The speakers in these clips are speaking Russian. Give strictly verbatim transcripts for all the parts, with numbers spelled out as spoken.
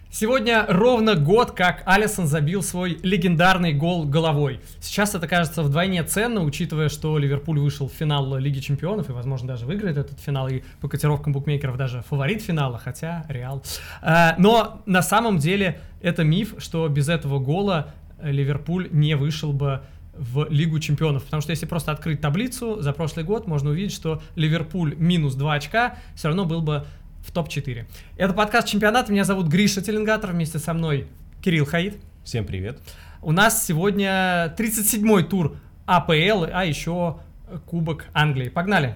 Сегодня ровно год, как Алисон забил свой легендарный гол головой. Сейчас это кажется вдвойне ценно, учитывая, что Ливерпуль вышел в финал Лиги Чемпионов и, возможно, даже выиграет этот финал, и по котировкам букмекеров даже фаворит финала, хотя Реал. Но на самом деле это миф, что без этого гола Ливерпуль не вышел бы в Лигу Чемпионов, потому что если просто открыть таблицу за прошлый год, можно увидеть, что Ливерпуль минус два очка все равно был бы в топ четыре. Это подкаст «Чемпионат». Меня зовут Гриша Теленгатор. Вместе со мной Кирилл Хаид. Всем привет. У нас сегодня тридцать седьмой тур АПЛ, а еще Кубок Англии. Погнали!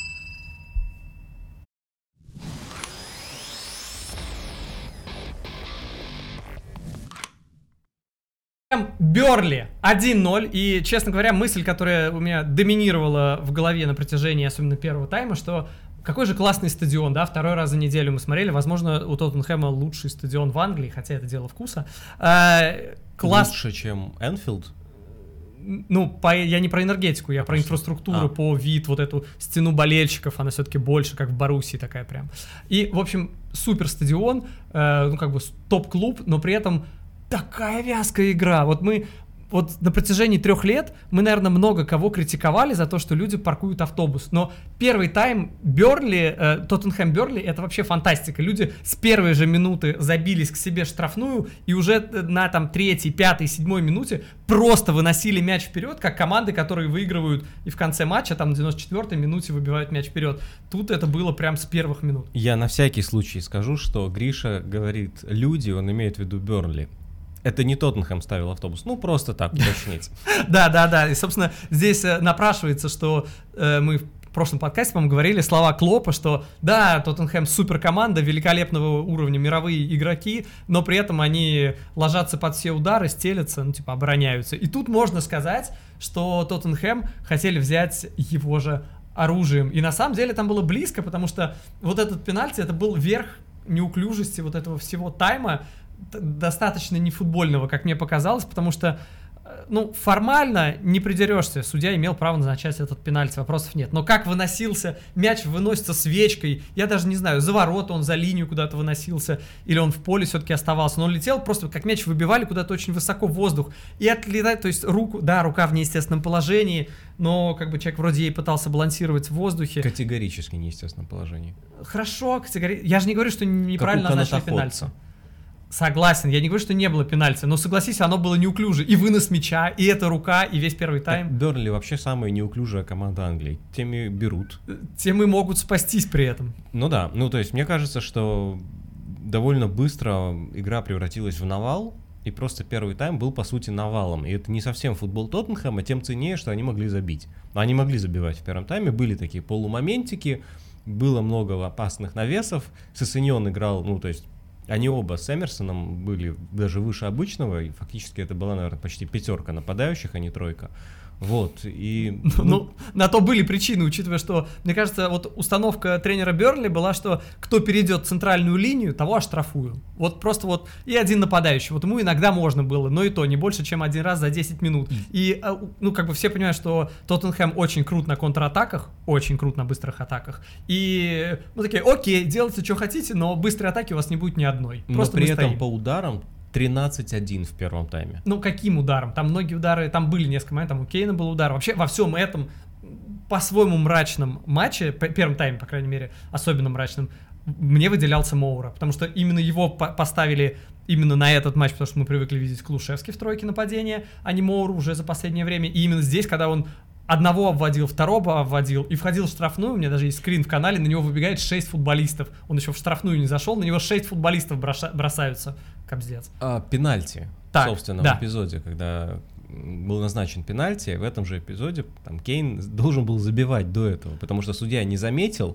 Бернли один ноль. И, честно говоря, мысль, которая у меня доминировала в голове на протяжении особенно первого тайма, что какой же классный стадион, да, второй раз за неделю мы смотрели, возможно, у Тоттенхэма лучший стадион в Англии, хотя это дело вкуса. А, класс... Лучше, чем Энфилд? Ну, по, я не про энергетику, я про инфраструктуру, а. по вид, вот эту стену болельщиков, она все-таки больше, как в Боруссии такая прям. И, в общем, супер стадион, э, ну, как бы топ-клуб, но при этом такая вязкая игра. Вот мы... Вот на протяжении трех лет мы, наверное, много кого критиковали за то, что люди паркуют автобус. Но первый тайм Бернли, э, Тоттенхэм Бернли, это вообще фантастика. Люди с первой же минуты забились к себе штрафную и уже на там третьей, пятой, седьмой минуте просто выносили мяч вперед, как команды, которые выигрывают и в конце матча, там на девяносто четвёртой минуте выбивают мяч вперед. Тут это было прям с первых минут. Я на всякий случай скажу, что Гриша говорит «люди», он имеет в виду Бернли. Это не Тоттенхэм ставил автобус, ну просто так, уточнить. Да, да, да, и, собственно, здесь напрашивается, что мы в прошлом подкасте, по-моему, говорили слова Клопа, что да, Тоттенхэм суперкоманда, великолепного уровня, мировые игроки, но при этом они ложатся под все удары, стелятся, ну типа обороняются. И тут можно сказать, что Тоттенхэм хотели взять его же оружием. И на самом деле там было близко, потому что вот этот пенальти, это был верх неуклюжести вот этого всего тайма, достаточно нефутбольного, как мне показалось, потому что, ну, формально не придерешься, судья имел право назначать этот пенальти, вопросов нет. Но как выносился, мяч выносится свечкой, я даже не знаю, за ворота он, за линию куда-то выносился, или он в поле все-таки оставался, но он летел просто, как мяч выбивали куда-то очень высоко в воздух, и отлетает, то есть руку, да, рука в неестественном положении, но как бы человек вроде ей пытался балансировать в воздухе. Категорически неестественном положении. Хорошо, категорически, я же не говорю, что неправильно назначили пенальти. Согласен, я не говорю, что не было пенальти, но согласись, оно было неуклюже. И вынос мяча, и эта рука, и весь первый тайм. Бернли вообще самая неуклюжая команда Англии. Теми берут. Тем и могут спастись при этом. Ну да, ну то есть мне кажется, что довольно быстро игра превратилась в навал, и просто первый тайм был по сути навалом. И это не совсем футбол Тоттенхэма, тем ценнее, что они могли забить. Они могли забивать в первом тайме, были такие полумоментики, было много опасных навесов. Сесеньон играл, ну то есть... Они оба с Эмерсоном были даже выше обычного, и фактически это была, наверное, почти пятерка нападающих, а не тройка. Вот, и... Ну, ну, на то были причины, учитывая, что, мне кажется, вот установка тренера Бернли была, что кто перейдет центральную линию, того оштрафую. Вот просто вот и один нападающий. Вот ему иногда можно было, но и то не больше, чем один раз за десять минут. И, ну, как бы все понимают, что Тоттенхэм очень крут на контратаках, очень крут на быстрых атаках. И мы такие, окей, делайте, что хотите, но быстрой атаки у вас не будет ни одной. Просто но при этом по ударам тринадцать один в первом тайме. Ну, каким ударом? Там многие удары, там были несколько моментов, там у Кейна был удар. Вообще во всем этом по-своему мрачном матче, по первом тайме, по крайней мере, особенно мрачном, мне выделялся Моура, потому что именно его по- поставили именно на этот матч, потому что мы привыкли видеть Клушевски в тройке нападения, а не Моуру уже за последнее время. И именно здесь, когда он одного обводил, второго обводил и входил в штрафную, у меня даже есть скрин в канале, на него выбегает шесть футболистов. Он еще в штрафную не зашел, на него шесть футболистов броша- бросаются. Кобздец. А, пенальти, так, собственно, да. в эпизоде, когда был назначен пенальти, в этом же эпизоде там Кейн должен был забивать до этого, потому что судья не заметил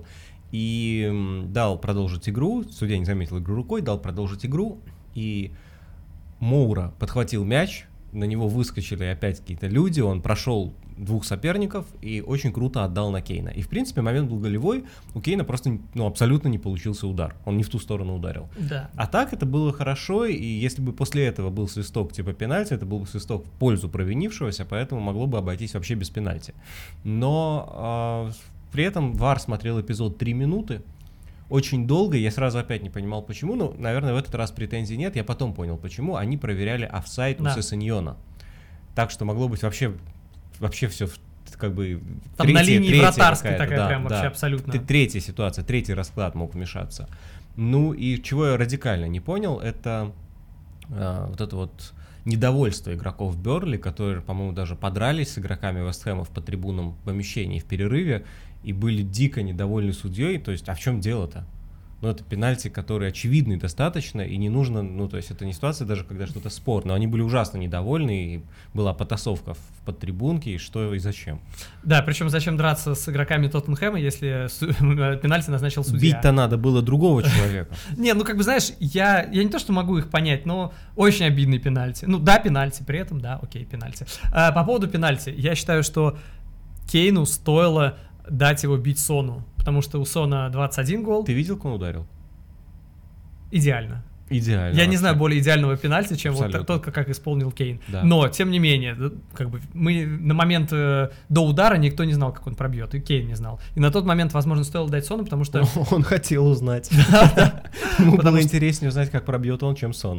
и дал продолжить игру, судья не заметил игру рукой, дал продолжить игру, и Моура подхватил мяч, на него выскочили опять какие-то люди, он прошел двух соперников и очень круто отдал на Кейна. И, в принципе, момент был голевой, у Кейна просто ну, абсолютно не получился удар, он не в ту сторону ударил. Да. А так это было хорошо, и если бы после этого был свисток типа пенальти, это был бы свисток в пользу провинившегося, поэтому могло бы обойтись вообще без пенальти. Но э, при этом ВАР смотрел эпизод три минуты, очень долго, я сразу опять не понимал, почему, ну, наверное, в этот раз претензий нет, я потом понял, почему. Они проверяли офсайд Да. у Сессеньона. Так что могло быть вообще, вообще все как бы... Там третья, на линии третья вратарской какая-то, такая да, прям вообще да. абсолютно. Т- Третья ситуация, третий расклад мог вмешаться. Ну и чего я радикально не понял, это э, вот это вот недовольство игроков Бернли, которые, по-моему, даже подрались с игроками Вест Хэма в потрибунном помещении в перерыве и были дико недовольны судьей. То есть, а в чем дело-то? Ну, это пенальти, которые очевидны достаточно, и не нужно, ну, то есть это не ситуация даже, когда что-то спорно. Они были ужасно недовольны, и была потасовка в подтрибунке, и что и зачем. Да, причем зачем драться с игроками Тоттенхэма, если су- пенальти назначил судья? Бить-то надо было другого человека. Не, ну как бы знаешь, я, я не то, что могу их понять, но очень обидный пенальти. Ну да, пенальти, при этом, да, окей, пенальти. А, по поводу пенальти, я считаю, что Кейну стоило дать его бить Сону, потому что у Сона двадцать один гол. Ты видел, как он ударил? Идеально. Идеально. Я не вообще. знаю более идеального пенальти, чем Абсолютно. вот тот, как, как исполнил Кейн. Да. Но, тем не менее, да, как бы мы на момент э, до удара никто не знал, как он пробьет, и Кейн не знал. И на тот момент, возможно, стоило дать Сону, потому что... Он хотел узнать. Ему было интереснее узнать, как пробьет он, чем Сон.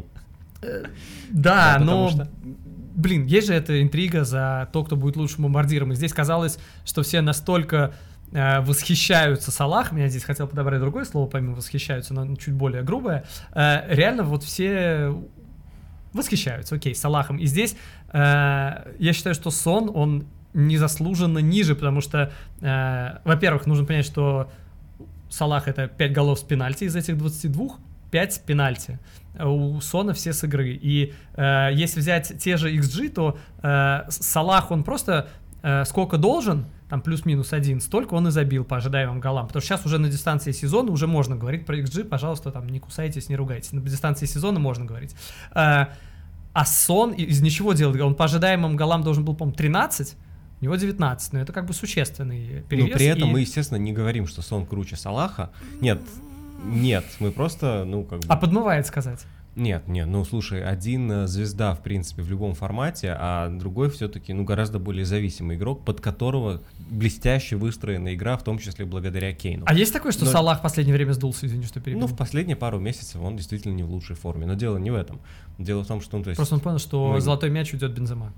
Да, но... что... Блин, есть же эта интрига за то, кто будет лучшим бомбардиром. И здесь казалось, что все настолько э, восхищаются Салахом. Я здесь хотел подобрать другое слово, помимо восхищаются, но чуть более грубое. Э, реально вот все восхищаются, окей, Салахом. И здесь э, я считаю, что Сон, он незаслуженно ниже, потому что, э, во-первых, нужно понять, что Салах — это пять голов с пенальти из этих двадцати двух, пять с пенальти. У Сона все с игры. И э, если взять те же икс джи, то э, Салах, он просто э, сколько должен, там плюс-минус один, столько он и забил по ожидаемым голам. Потому что сейчас уже на дистанции сезона уже можно говорить про икс джи, пожалуйста, там не кусайтесь, не ругайтесь. На дистанции сезона можно говорить. Э, а Сон из ничего делает. Он по ожидаемым голам должен был, по-моему, тринадцать, у него девятнадцать, но это как бы существенный перевес. Но при этом и... мы, естественно, не говорим, что Сон круче Салаха. Нет, нет, мы просто, ну, как бы... А подмывает сказать. Нет, нет, ну, слушай, один э, звезда, в принципе, в любом формате, а другой все-таки, ну, гораздо более зависимый игрок, под которого блестяще выстроена игра, в том числе благодаря Кейну. А есть такое, что Но... Салах в последнее время сдулся, извини, что перебил? Ну, в последние пару месяцев он действительно не в лучшей форме, но дело не в этом. Дело в том, что... Ну, то есть... Просто он понял, что мы... золотой мяч уйдет Бензема.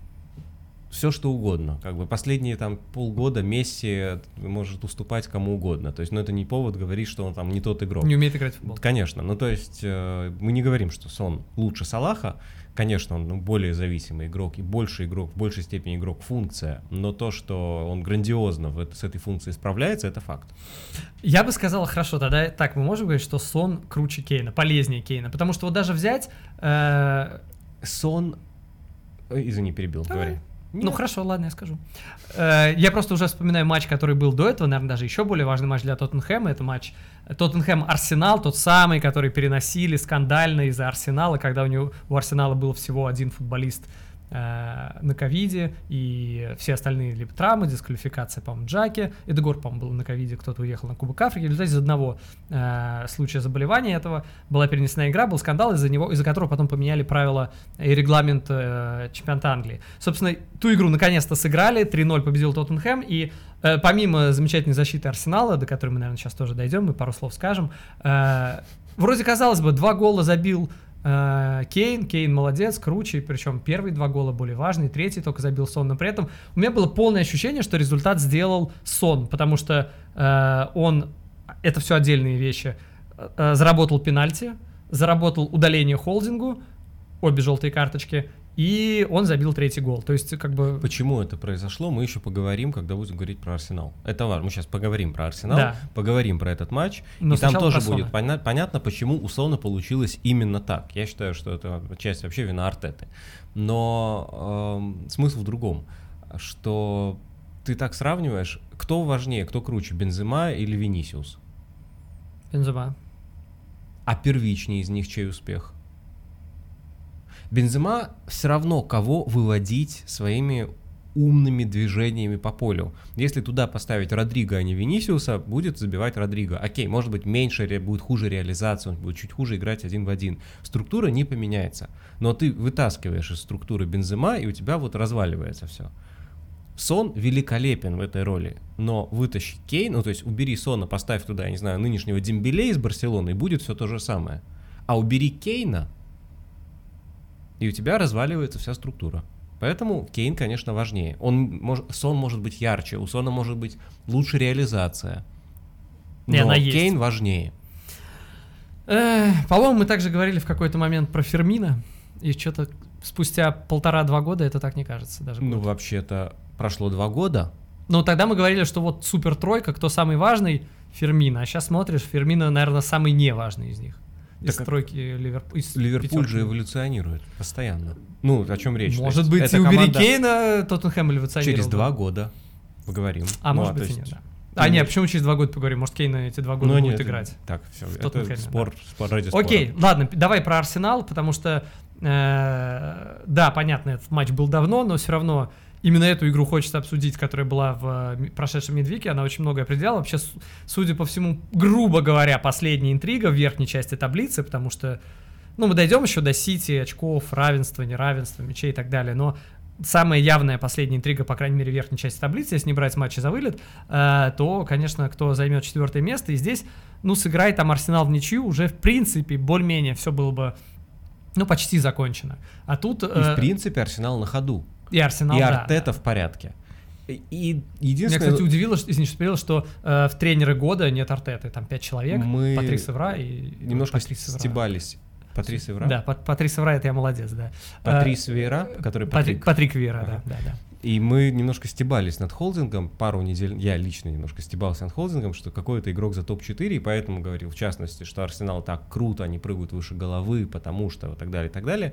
Все что угодно, как бы последние там полгода Месси может уступать кому угодно, то есть, ну это не повод говорить, что он там не тот игрок. Не умеет играть в футбол. Конечно, ну то есть э, мы не говорим, что Сон лучше Салаха, конечно, он ну, более зависимый игрок и больше игрок, в большей степени игрок функция, но то, что он грандиозно в это, с этой функцией справляется, это факт. Я бы сказал, хорошо, тогда так, мы можем говорить, что Сон круче Кейна, полезнее Кейна, потому что вот даже взять... Э... Сон... Ой, извини, перебил, Давай. говори. Ну Нет. хорошо, ладно, я скажу. Э, я просто уже вспоминаю матч, который был до этого, наверное, даже еще более важный матч для Тоттенхэма. Это матч Тоттенхэм-Арсенал, тот самый, который переносили скандально из-за Арсенала, когда у него у Арсенала был всего один футболист э, на ковиде, и все остальные либо травмы, дисквалификация, по-моему, Джаки. Эдегор, по-моему, был на ковиде, кто-то уехал на Кубок Африки. В результате из одного э, случая заболевания этого была перенесена игра, был скандал, из-за него, из-за которого потом поменяли правила и регламент э, чемпионата Англии. Собственно, ту игру наконец-то сыграли, три ноль победил Тоттенхэм, и э, помимо замечательной защиты Арсенала, до которой мы, наверное, сейчас тоже дойдем, мы пару слов скажем, э, вроде, казалось бы, два гола забил э, Кейн, Кейн молодец, круче, причем первые два гола более важные, третий только забил Сон, но при этом у меня было полное ощущение, что результат сделал Сон, потому что э, он, это все отдельные вещи, э, заработал пенальти, заработал удаление холдингу, обе желтые карточки, и он забил третий гол. То есть, как бы... Почему это произошло, мы еще поговорим, когда будем говорить про Арсенал. Это важно. Мы сейчас поговорим про Арсенал, Да. поговорим про этот матч, Но и там сначала тоже про будет Сона. поня- понятно, почему у Сона получилось именно так. Я считаю, что это часть вообще вина Артеты. Но эм, смысл в другом, что ты так сравниваешь, кто важнее, кто круче, Бензема или Винисиус? Бензема. А первичнее из них чей успех? Бензема все равно кого выводить своими умными движениями по полю. Если туда поставить Родриго, а не Винисиуса, будет забивать Родриго. Окей, может быть, меньше, будет хуже реализация, он будет чуть хуже играть один в один. Структура не поменяется. Но ты вытаскиваешь из структуры Бензема, и у тебя вот разваливается все. Сон великолепен в этой роли, но вытащи Кейн, ну то есть убери Сона, поставь туда, я не знаю, нынешнего Дембеле из Барселоны, и будет все то же самое. А убери Кейна, и у тебя разваливается вся структура. Поэтому Кейн, конечно, важнее. Он может, Сон может быть ярче, у Сона может быть лучше реализация. Но Кейн важнее. Э, по-моему, мы также говорили в какой-то момент про Фермина, и что-то спустя полтора-два года это так не кажется даже. Ну, будет. вообще-то, прошло два года. Ну, тогда мы говорили, что вот супер тройка, кто самый важный, Фермина. А сейчас смотришь, Фермина, наверное, самый неважный из них. Из так тройки Ливерп... из Ливерпуль пятерки. же эволюционирует постоянно. Ну, о чем речь? Может есть, быть, и у Бери Кейна Тоттенхэм эволюционировал. Через два года поговорим. А ну, может а быть, есть... и нет, да. А, нет, почему через два года поговорим? Может, Кейн эти два года ну, будет нет, играть? Так, все, это спор, да. спор ради Окей, спора. ладно, давай про Арсенал, потому что, э, да, понятно, этот матч был давно, но все равно именно эту игру хочется обсудить, которая была в прошедшем мидвике, она очень многое определяла. Вообще, судя по всему, грубо говоря, последняя интрига в верхней части таблицы, потому что, ну, мы дойдем еще до Сити, очков, равенства, неравенства, мячей и так далее, но самая явная последняя интрига, по крайней мере, в верхней части таблицы, если не брать матчи за вылет, э, то, конечно, кто займет четвертое место. И здесь, ну, сыграй там Арсенал в ничью, уже, в принципе, более-менее все было бы, ну, почти закончено. А тут... Э, и, в принципе, Арсенал на ходу. И Арсенал, И да, Артета да. в порядке. И единственное... Меня, кстати, удивило, что, извини, что, что э, в тренеры года нет Артеты. Там пять человек, мы Патрис Эвра и... немножко Патрис Эвра. стебались. Патрис Эвра? Да, Патрис Эвра, это я молодец, да. Патрис Вейра, который Патрик. Патрик Вейра, ага. да, да, да. И мы немножко стебались над холдингом, пару недель, я лично немножко стебался над холдингом, что какой-то игрок за топ четыре, и поэтому говорил, в частности, что Арсенал так круто, они прыгают выше головы, потому что, и так далее, и так далее.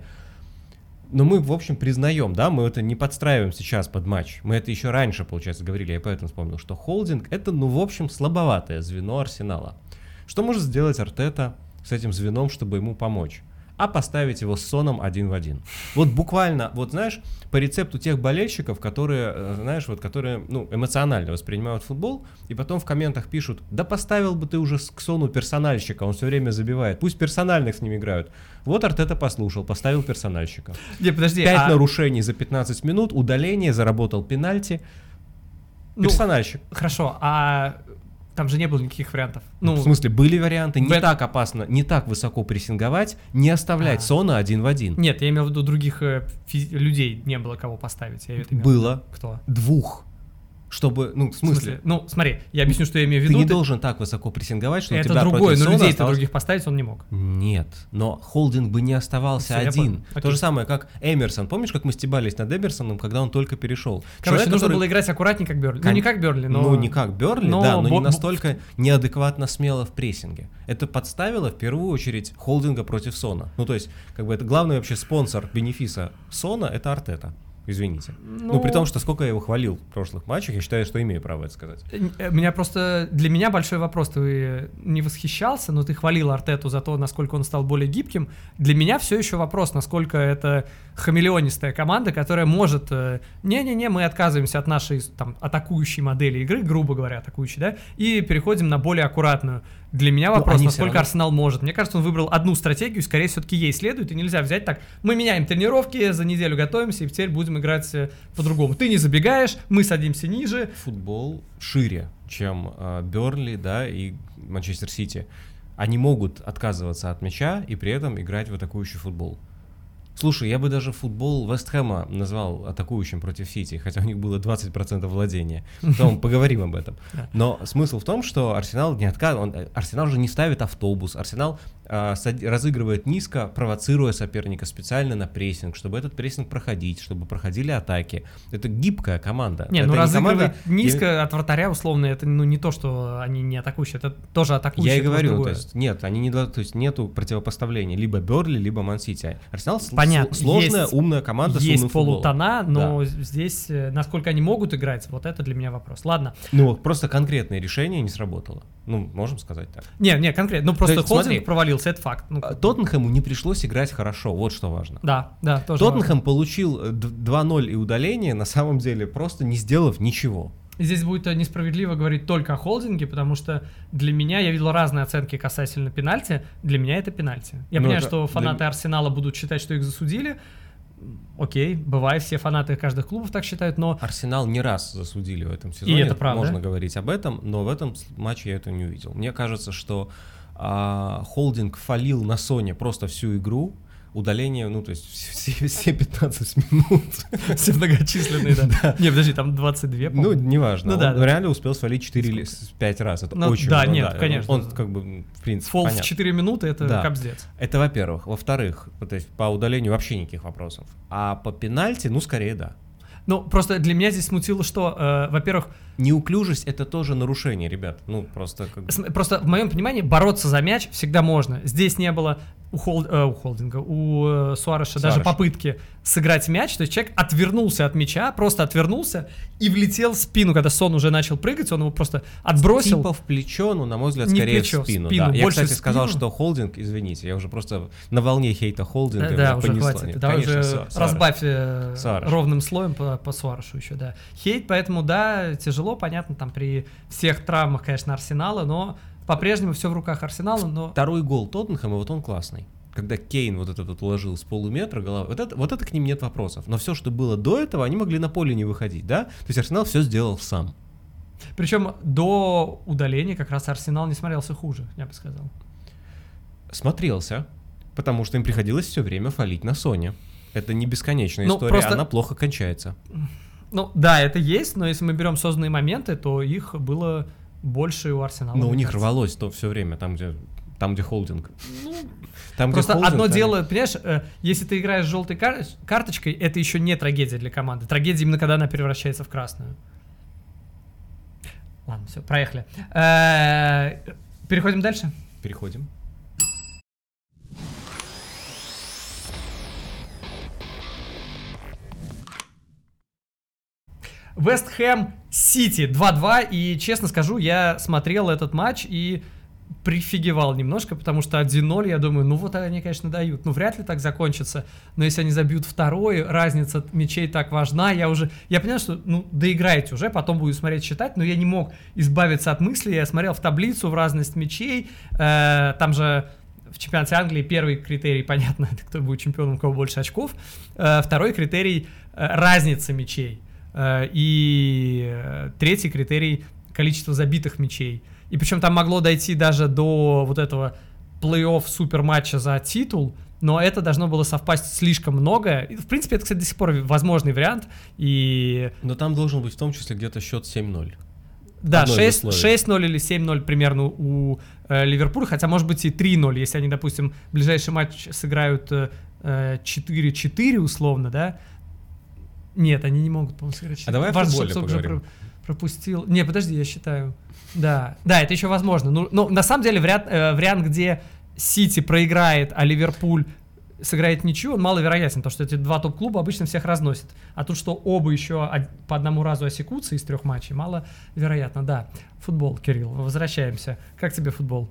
Но мы, в общем, признаем, да, мы это не подстраиваем сейчас под матч, мы это еще раньше, получается, говорили, я поэтому вспомнил, что холдинг — это, ну, в общем, слабоватое звено Арсенала. Что может сделать Артета с этим звеном, чтобы ему помочь? А поставить его с Соном один в один. Вот буквально, вот знаешь, по рецепту тех болельщиков, которые, знаешь, вот которые, ну, эмоционально воспринимают футбол, и потом в комментах пишут, да поставил бы ты уже к Сону персональщика, он все время забивает, пусть персональных с ним играют. Вот Артета послушал, поставил персональщика. Не, подожди, Пять а... нарушений за пятнадцать минут, удаление, заработал пенальти. Персональщик. Ну, хорошо, а... Там же не было никаких вариантов. Ну, в смысле, были варианты, не в... так опасно, не так высоко прессинговать, не оставлять а. Сона один в один. Нет, я имел в виду, других э, физ... людей не было кого поставить. Я это имел было. Кто? Двух. Чтобы, ну, в смысле? В смысле? Ну, смотри, я объясню, что я имею в виду. Ты не должен так высоко прессинговать, что это у тебя другое, но людей-то осталось... других поставить он не мог. Нет, но холдинг бы не оставался Все, один. То же самое, как Эмерсон. Помнишь, как мы стебались над Эмерсоном, когда он только перешел? Короче, Человек, нужно который... было играть аккуратнее, как Бернли. Кон... Ну, не как Бернли, но... Ну, не как Бернли, но... да, но Бо... не настолько неадекватно смело в прессинге. Это подставило, в первую очередь, холдинга против Сона. Ну, то есть, как бы это главный вообще спонсор бенефиса Сона — это Артета. Извините. Ну, ну, при том, что сколько я его хвалил в прошлых матчах, я считаю, что имею право это сказать. Меня просто... Для меня большой вопрос. Ты не восхищался, но ты хвалил Артету за то, насколько он стал более гибким. Для меня все еще вопрос, насколько это хамелеонистая команда, которая может... Не-не-не, мы отказываемся от нашей там атакующей модели игры, грубо говоря, атакующей, да, и переходим на более аккуратную. Для меня вопрос, насколько равно... Арсенал может. Мне кажется, он выбрал одну стратегию, скорее все-таки ей следует, и нельзя взять так. Мы меняем тренировки, за неделю готовимся, и теперь будем играть по-другому. Ты не забегаешь, мы садимся ниже. Футбол шире, чем э, Бернли, да, и Манчестер Сити. Они могут отказываться от мяча и при этом играть в атакующий футбол. Слушай, я бы даже футбол Вест Хэма назвал атакующим против Сити, хотя у них было двадцать процентов владения. Потом поговорим об этом. Но смысл в том, что Арсенал не отказывает, Арсенал же не ставит автобус, Арсенал а, сад, разыгрывает низко, провоцируя соперника специально на прессинг, чтобы этот прессинг проходить, чтобы проходили атаки. Это гибкая команда. Не, это ну не разыгрывать команда... низко Я... от вратаря, условно, это ну не то, что они не атакующие, это тоже атакующие. Я и говорю, то есть нет, они не, то есть нету противопоставления либо Бернли, либо Ман-Сити. Арсенал Понятно, сложная, есть, умная команда с есть умным футболом. полутона, но да. здесь, насколько они могут играть, вот это для меня вопрос. Ладно. Ну, просто конкретное решение не сработало. Ну, можем сказать так. Не, не, конкретно. Ну, просто есть, холдинг смотри, провалился, это факт. Ну, Тоттенхэму не пришлось играть хорошо, вот что важно. Да, да, тоже Тоттенхэм важно. получил два ноль и удаление, на самом деле, просто не сделав ничего. Здесь будет несправедливо говорить только о холдинге, потому что для меня, я видел разные оценки касательно пенальти, для меня это пенальти. Я ну, понимаю, это что фанаты для... Арсенала будут считать, что их засудили. окей, бывает, все фанаты каждых клубов так считают, но... Арсенал не раз засудили в этом сезоне, и это правда. Можно говорить об этом, но в этом матче я этого не увидел. Мне кажется, что а, Холдинг фалил на Соне просто всю игру, удаление, ну, то есть все, все пятнадцать минут. Все многочисленные, да. Не, подожди, там двадцать два, по-моему. Ну, неважно. Ну, да, он да. реально успел свалить четыре или пять раз. Это ну, очень да, много. Нет, да, конечно. Он, как бы, в принципе, фол понятно. в четыре минуты — это да. капздец. Это во-первых. Во-вторых, то есть по удалению вообще никаких вопросов. А по пенальти, ну, скорее, да. Ну, просто для меня здесь смутило, что, э, во-первых... Неуклюжесть — это тоже нарушение, ребят. Ну, просто... Как... Просто в моем понимании бороться за мяч всегда можно. Здесь не было у, Холд... э, у Холдинга, у э, Суареша даже попытки сыграть мяч. То есть человек отвернулся от мяча, просто отвернулся и влетел в спину. Когда Сон уже начал прыгать, он его просто отбросил. Типа в плечо, ну, на мой взгляд, не скорее плечо, в спину. спину. Да. Я, кстати, спину. сказал, что Холдинг, извините, я уже просто на волне хейта Холдинга. Да, да, уже понесло. хватит. Нет, Давай конечно, уже Суареш. разбавь э, Суареш. ровным слоем по, по Суарешу еще, да. Хейт, поэтому, да, тяжело, понятно, там при всех травмах, конечно, Арсенала, но по-прежнему все в руках Арсенала, но... Второй гол Тоттенхэма, вот он классный. Когда Кейн вот этот вот уложил с полуметра головы, вот это, вот это к ним нет вопросов. Но все, что было до этого, они могли на поле не выходить, да? То есть Арсенал все сделал сам. Причем до удаления как раз Арсенал не смотрелся хуже, я бы сказал. Смотрелся, потому что им приходилось все время фалить на Соне. Это не бесконечная ну, история, просто... она плохо кончается. Ну да, это есть, но если мы берем созданные моменты, то их было больше у Арсенала. Но у них рвалось то все время, там, где, там, где Холдинг. Ну, там, просто где холдинг, одно там... дело, понимаешь, э, если ты играешь с желтой кар- карточкой, это еще не трагедия для команды. Трагедия именно когда она превращается в красную. Ладно, все, проехали. Э, переходим дальше? Переходим. Вест Хэм Сити два-два, и, честно скажу, я смотрел этот матч и прифигевал немножко, потому что один ноль, я думаю, ну вот они, конечно, дают, ну вряд ли так закончится, но если они забьют второй, разница мячей так важна, я уже, я понял, что, ну, доиграйте уже, потом буду смотреть, считать, но я не мог избавиться от мысли, я смотрел в таблицу, в разность мячей, э, там же в чемпионате Англии первый критерий, понятно, это кто будет чемпионом, у кого больше очков, э, второй критерий э, разница мячей, э, и э, третий критерий количество забитых мячей. И причем там могло дойти даже до вот этого плей-офф суперматча за титул, но это должно было совпасть слишком много. И, в принципе, это, кстати, до сих пор возможный вариант. И... Но там должен быть в том числе где-то счет семь ноль. Да, шесть ноль или семь ноль примерно у э, Ливерпуля, хотя может быть и три ноль, если они, допустим, ближайший матч сыграют э, четыре четыре условно, да? Нет, они не могут, по-моему, сыграть четыре. А давай о футболе поговорим. Пропустил. Не, подожди, я считаю. Да, да, это еще возможно. Ну, ну на самом деле вариант, э, вариант, где Сити проиграет, а Ливерпуль сыграет ничью, он маловероятен, потому что эти два топ-клуба обычно всех разносят. А тут, что оба еще по одному разу осекутся из трех матчей, маловероятно, да. Футбол, Кирилл, возвращаемся. Как тебе футбол?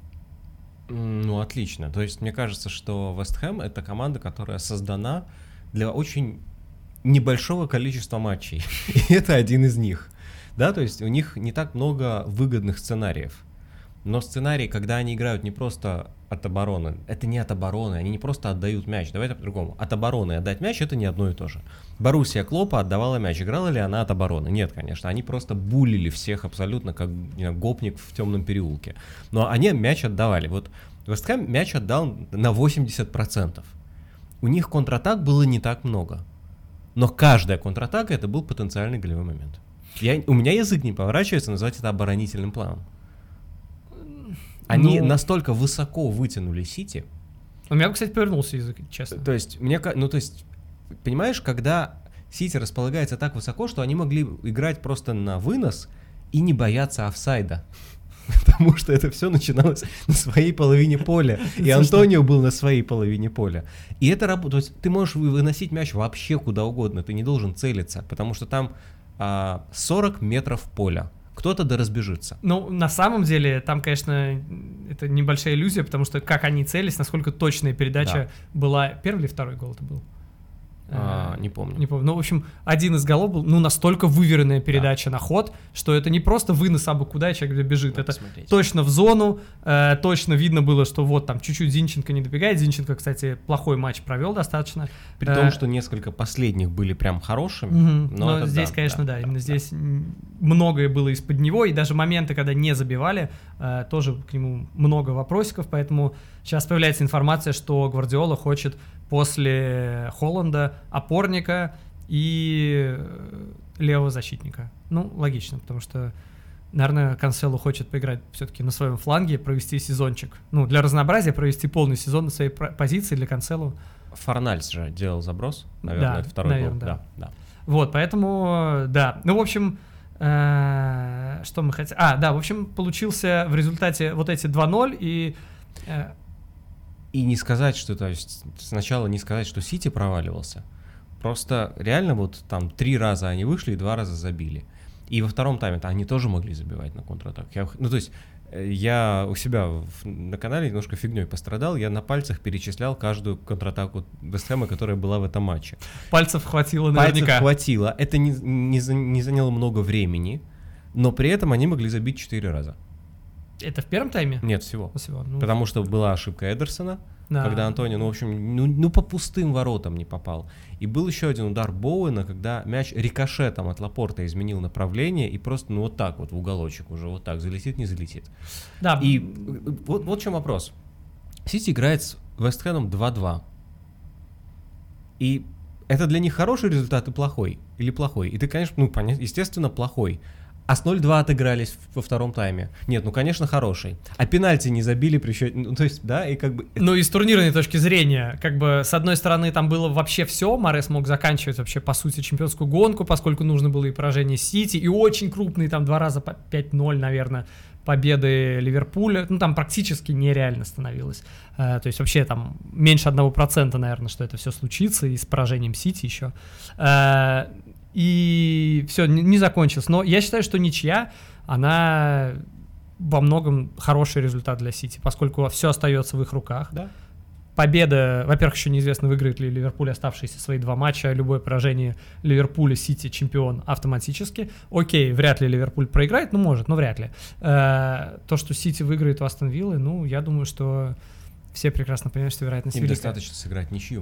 Ну, отлично. То есть мне кажется, что Вест Хэм — это команда, которая создана для очень небольшого количества матчей. И это один из них. Да, то есть у них не так много выгодных сценариев. Но сценарий, когда они играют не просто от обороны, это не от обороны, они не просто отдают мяч, давайте по-другому. От обороны отдать мяч — это не одно и то же. Боруссия Клопа отдавала мяч, играла ли она от обороны? Нет, конечно, они просто булили всех абсолютно, как, не знаю, гопник в темном переулке. Но они мяч отдавали. Вот Вест Хэм мяч отдал на восемьдесят процентов. У них контратак было не так много. Но каждая контратака — это был потенциальный голевой момент. Я, у меня язык не поворачивается назвать это оборонительным планом. Они ну, настолько высоко вытянули Сити. У меня, кстати, повернулся язык, честно. То есть, мне, ну, то есть, понимаешь, когда Сити располагается так высоко, что они могли играть просто на вынос и не бояться офсайда. Потому что это все начиналось на своей половине поля. И Антонио был на своей половине поля. И это работает. То есть ты можешь выносить мяч вообще куда угодно. Ты не должен целиться, потому что там а, сорок метров поля. Кто-то да разбежится. Ну, на самом деле, там, конечно, это небольшая иллюзия, потому что как они целились, насколько точная передача да. была. Первый или второй гол это был? А, не помню. Не помню. Ну, в общем, один из голов был, ну, настолько выверенная передача да. на ход, что это не просто вынос абы куда, и человек бежит. Надо это смотреть. Точно в зону, э, точно видно было, что вот там чуть-чуть Зинченко не добегает. Зинченко, кстати, плохой матч провел достаточно. При э, том, что несколько последних были прям хорошими. Угу, но но это здесь, да, конечно, да, да, именно да, здесь да. многое было из-под него, и даже моменты, когда не забивали, э, тоже к нему много вопросиков, поэтому сейчас появляется информация, что Гвардиола хочет после Холланда опорника и левого защитника. Ну, логично, потому что, наверное, Кансело хочет поиграть все-таки на своем фланге, провести сезончик. Ну, для разнообразия провести полный сезон на своей позиции для Кансело. Форнальс же делал заброс, наверное, да, это второй наверное, гол. да. Да, да. Вот, поэтому, да. Ну, в общем, э, что мы хотим... А, да, в общем, получился в результате вот эти два ноль, и... Э, И не сказать, что, то есть, сначала не сказать, что Сити проваливался. Просто реально вот там три раза они вышли и два раза забили. И во втором тайме-то они тоже могли забивать на контратак. Я, ну, то есть, я у себя в, на канале немножко фигней пострадал, я на пальцах перечислял каждую контратаку Вест Хэма, которая была в этом матче. Пальцев хватило наверняка. Пальцев хватило. Это не, не, не заняло много времени, но при этом они могли забить четыре раза. Это в первом тайме? Нет, всего. всего ну... Потому что была ошибка Эдерсона, да. когда Антонио, ну, в общем, ну, ну, по пустым воротам не попал. И был еще один удар Боуэна, когда мяч рикошетом от Лапорта изменил направление и просто, ну, вот так вот в уголочек уже, вот так, залетит, не залетит. Да. И вот, вот в чем вопрос. Сити играет с Вест Хэмом два-два. И это для них хороший результат и плохой? Или плохой? И ты, конечно, ну, понятно, естественно, плохой. А с ноль-два отыгрались во втором тайме. Нет, ну, конечно, хороший. А пенальти не забили при счете... Ну, то есть, да, и как бы... Ну, и с турнирной точки зрения, как бы, с одной стороны, там было вообще все. Морес мог заканчивать вообще, по сути, чемпионскую гонку, поскольку нужно было и поражение Сити, и очень крупные, там, два раза по пять ноль, наверное, победы Ливерпуля. Ну, там практически нереально становилось. Uh, то есть, вообще, там, меньше одного процента, наверное, что это все случится, и с поражением Сити еще. Uh, И все, не закончилось. Но я считаю, что ничья, она во многом хороший результат для Сити, поскольку все остается в их руках. Да. Победа, во-первых, еще неизвестно, выиграет ли Ливерпуль оставшиеся свои два матча. Любое поражение Ливерпуля, Сити, чемпион автоматически. Окей, вряд ли Ливерпуль проиграет, ну может, но вряд ли. Э, то, что Сити выиграет у Астон Виллы, ну, я думаю, что все прекрасно понимают, что вероятность Им велика. достаточно сыграть ничью.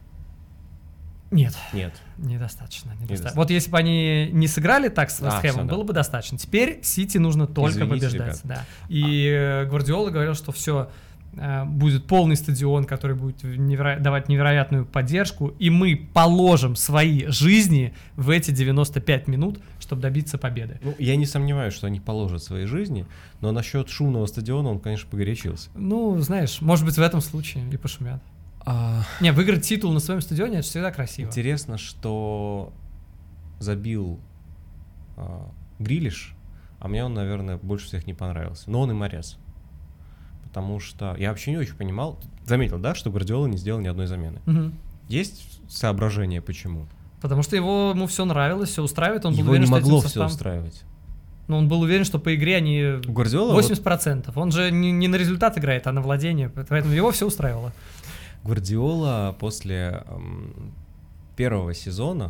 Нет. Нет. Недостаточно, недостаточно. недостаточно. Вот если бы они не сыграли так с Вест Хэмом, а, было да. бы достаточно. Теперь Сити нужно только Извините, побеждать. ребят. Да. И а. Гвардиола говорил, что все, будет полный стадион, который будет неверо... давать невероятную поддержку, и мы положим свои жизни в эти девяносто пять минут, чтобы добиться победы. Ну, я не сомневаюсь, что они положат свои жизни, но насчет шумного стадиона он, конечно, погорячился. Ну, знаешь, может быть, в этом случае и пошумят. А... Не, выиграть титул на своем стадионе, это всегда красиво. Интересно, что забил а, Грилиш, а мне он, наверное, больше всех не понравился. Но он и Морес. Потому что я вообще не очень понимал, заметил, да, что Гвардиола не сделал ни одной замены. Угу. Есть соображение, почему? Потому что его, ему все нравилось, все устраивает, он был Его уверен, не что могло этим все составом... устраивать. Но он был уверен, что по игре они Гвардиола восемьдесят процентов. Вот... Он же не, не на результат играет, а на владение, поэтому его все устраивало. Гвардиола после эм, первого сезона,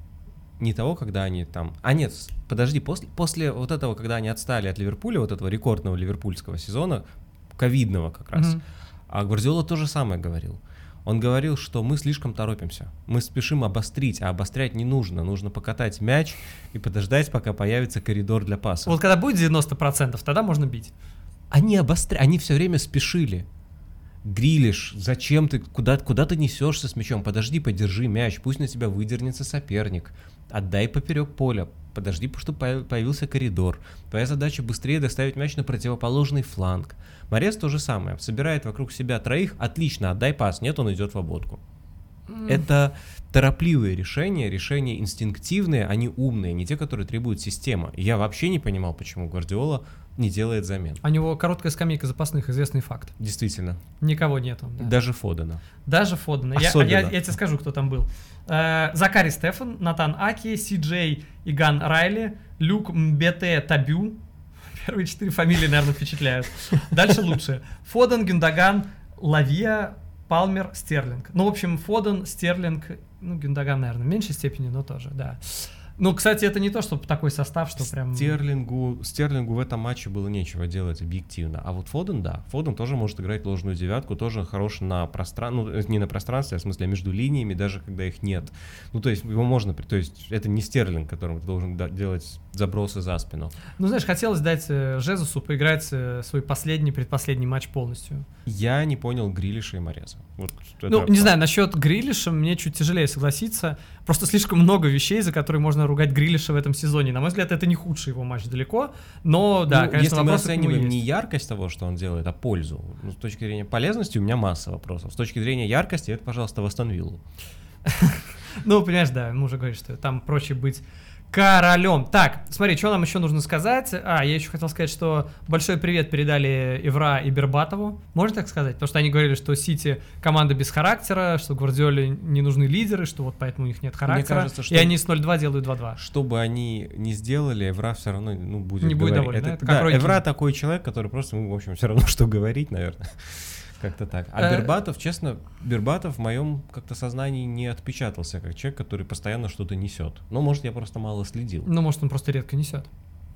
не того, когда они там... А нет, подожди, после, после вот этого, когда они отстали от Ливерпуля, вот этого рекордного ливерпульского сезона, ковидного как раз, mm-hmm. а Гвардиола то же самое говорил. Он говорил, что мы слишком торопимся, мы спешим обострить, а обострять не нужно, нужно покатать мяч и подождать, пока появится коридор для паса. Вот когда будет девяносто процентов, тогда можно бить. Они обостря... они все время спешили. Грилиш, зачем ты, куда, куда ты несешься с мячом? Подожди, подержи мяч, пусть на тебя выдернется соперник. Отдай поперек поля, подожди, чтобы появился коридор. Твоя задача быстрее доставить мяч на противоположный фланг. Морес то же самое, собирает вокруг себя троих, отлично, отдай пас, нет, он идет в обводку. Mm. Это торопливые решения, решения инстинктивные, они умные, не те, которые требует система. И я вообще не понимал, почему Гвардиола не делает замен. У него короткая скамейка запасных, известный факт. Действительно. Никого нету. Да. Даже Фодена. Даже Фодена. Я, я, я тебе скажу, кто там был. Э, Закари Стефан, Натан Аки, Си Джей Иган Райли, Люк Мбете Табю. Первые четыре фамилии, наверное, впечатляют. Дальше лучше. Фоден, Гюндаган, Лавия, Палмер, Стерлинг. Ну, в общем, Фоден, Стерлинг, ну, Гюндоган, наверное, в меньшей степени, но тоже, да. Ну, кстати, это не то, что такой состав, что прям... Стерлингу, Стерлингу в этом матче было нечего делать объективно. А вот Фоден, да. Фоден тоже может играть ложную девятку, тоже хорош на пространстве, ну, не на пространстве, а в смысле между линиями, даже когда их нет. Ну, то есть его можно... То есть это не Стерлинг, которым ты должен делать забросы за спину. Ну, знаешь, хотелось дать э, Жезусу поиграть э, свой последний, предпоследний матч полностью. Я не понял Грилиша и Мореза. Вот ну, это... не знаю, насчет Грилиша мне чуть тяжелее согласиться. Просто слишком много вещей, за которые можно ругать Грилиша в этом сезоне. На мой взгляд, это не худший его матч далеко, но, да, ну, конечно, если мы вопросы к нему оцениваем есть. не яркость того, что он делает, а пользу, ну, с точки зрения полезности у меня масса вопросов. С точки зрения яркости, это, пожалуйста, в Астон Виллу. Ну, понимаешь, да, мы уже говорили, что там проще быть королем. Так, смотри, что нам еще нужно сказать? А, я еще хотел сказать, что большой привет передали Эвра и Бербатову. Можно так сказать? Потому что они говорили, что Сити команда без характера, что Гвардиоле не нужны лидеры, что вот поэтому у них нет характера. Мне кажется, что... И они с ноль два делают два два. Что бы они ни сделали, Эвра все равно ну, будет не будет говорить. доволен, это, да? да, Эвра такой человек, который просто, ну, в общем, все равно что говорить, наверное. Как-то так. А Бербатов, честно, Бербатов в моем как-то сознании не отпечатался как человек, который постоянно что-то несет. Ну, может, я просто мало следил. Ну, может, он просто редко несет.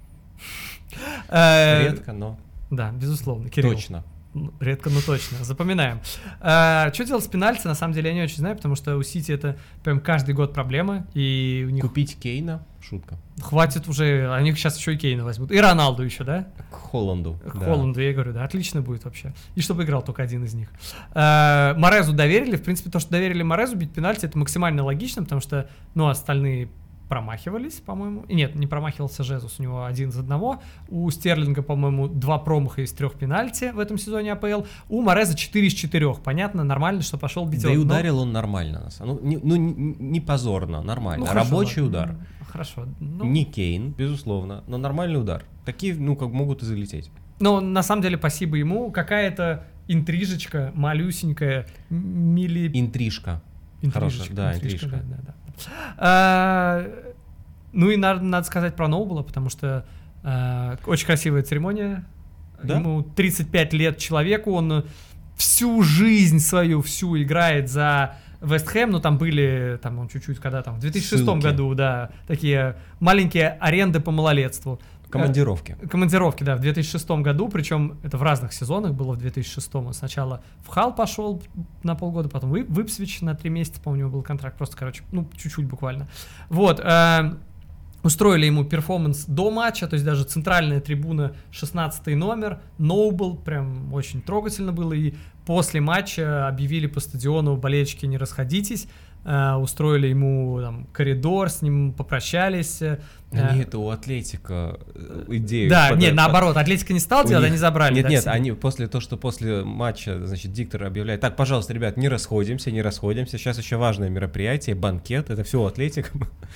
Редко, но... Да, безусловно, Кирилл. Точно. Редко, но точно. Запоминаем. А, что делать с пенальти, на самом деле я не очень знаю, потому что у Сити это прям каждый год проблема. И у них... Купить Кейна? Шутка. Хватит уже, они сейчас еще и Кейна возьмут. И Роналду еще, да? К Холланду. К да. Холланду, я говорю, да, отлично будет вообще. И чтобы играл только один из них. А, Морезу доверили. В принципе, то, что доверили Морезу бить пенальти, это максимально логично, потому что, ну, остальные промахивались, по-моему. И нет, не промахивался Жезус, у него один из одного. У Стерлинга, по-моему, два промаха из трех пенальти в этом сезоне АПЛ. У Мореза четыре из четырех. Понятно, нормально, что пошел бить. Да и но... ударил он нормально. Ну, не, ну, не позорно, нормально. Ну, хорошо, рабочий ладно. Удар. Хорошо. Ну... Не Кейн, безусловно, но нормальный удар. Такие, ну, как могут и залететь. Ну, на самом деле, спасибо ему. Какая-то интрижечка, малюсенькая, мили... Интрижка. Интрижечка. Хорошая, да, интрижка. интрижка. Да, да, да. А, ну и надо, надо сказать про Ноубла, потому что а, очень красивая церемония. Да? Ему тридцать пять лет человеку, он всю жизнь свою всю играет за Вест Хэм, ну там были, там он чуть-чуть, когда там, в две тысячи шестом Ссылки. году, да, такие маленькие аренды по малолетству. Командировки. Командировки, да, в две тысячи шестом году, причем это в разных сезонах было в две тысячи шестом. Он сначала в Халл пошел на полгода, потом в Ипсвич на три месяца, по-моему, у него был контракт, просто, короче, ну, чуть-чуть буквально. Вот, э, устроили ему перформанс до матча, то есть даже центральная трибуна, шестнадцатый номер, Ноубл, прям очень трогательно было, и после матча объявили по стадиону: болельщики, не расходитесь. Uh, устроили ему там коридор, с ним попрощались. Uh, нет, это у Атлетика идея. Да, под... нет, наоборот, Атлетика не стал делать, них... они забрали. Нет, да, нет, себе. Они после того, что после матча, значит, диктор объявляет: так, пожалуйста, ребят, не расходимся, не расходимся, сейчас еще важное мероприятие, банкет, это все у Атлетика.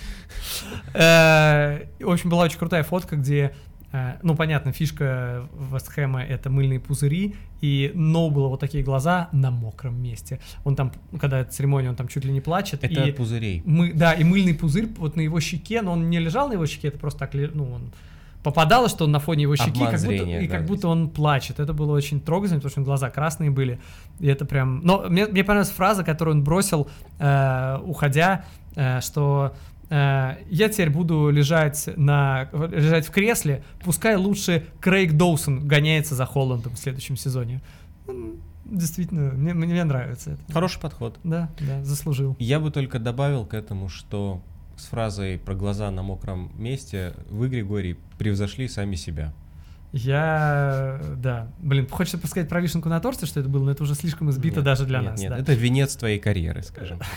В общем, была очень крутая фотка, где, ну, понятно, фишка Вест Хэма — это мыльные пузыри, и Ноубла вот такие глаза на мокром месте. Он там, когда церемония, он там чуть ли не плачет. Это и от пузырей. Мы, да, и мыльный пузырь вот на его щеке, но он не лежал на его щеке, это просто так, ну, он попадало, что он на фоне его щеки, как зрения, будто, и да, как будто он плачет. Это было очень трогательно, потому что глаза красные были, и это прям... Но мне, мне понравилась фраза, которую он бросил, э, уходя, э, что... я теперь буду лежать, на, лежать в кресле, пускай лучше Крейг Доусон гоняется за Холландом в следующем сезоне. Действительно, мне, мне нравится это. Хороший подход. Да, да, заслужил. Я бы только добавил к этому, что с фразой про глаза на мокром месте вы, Григорий, превзошли сами себя. Я, да, блин, хочется сказать про вишенку на торте, что это было, но это уже слишком избито нет, даже для нет, нас. Нет, да. Это венец твоей карьеры, скажем так.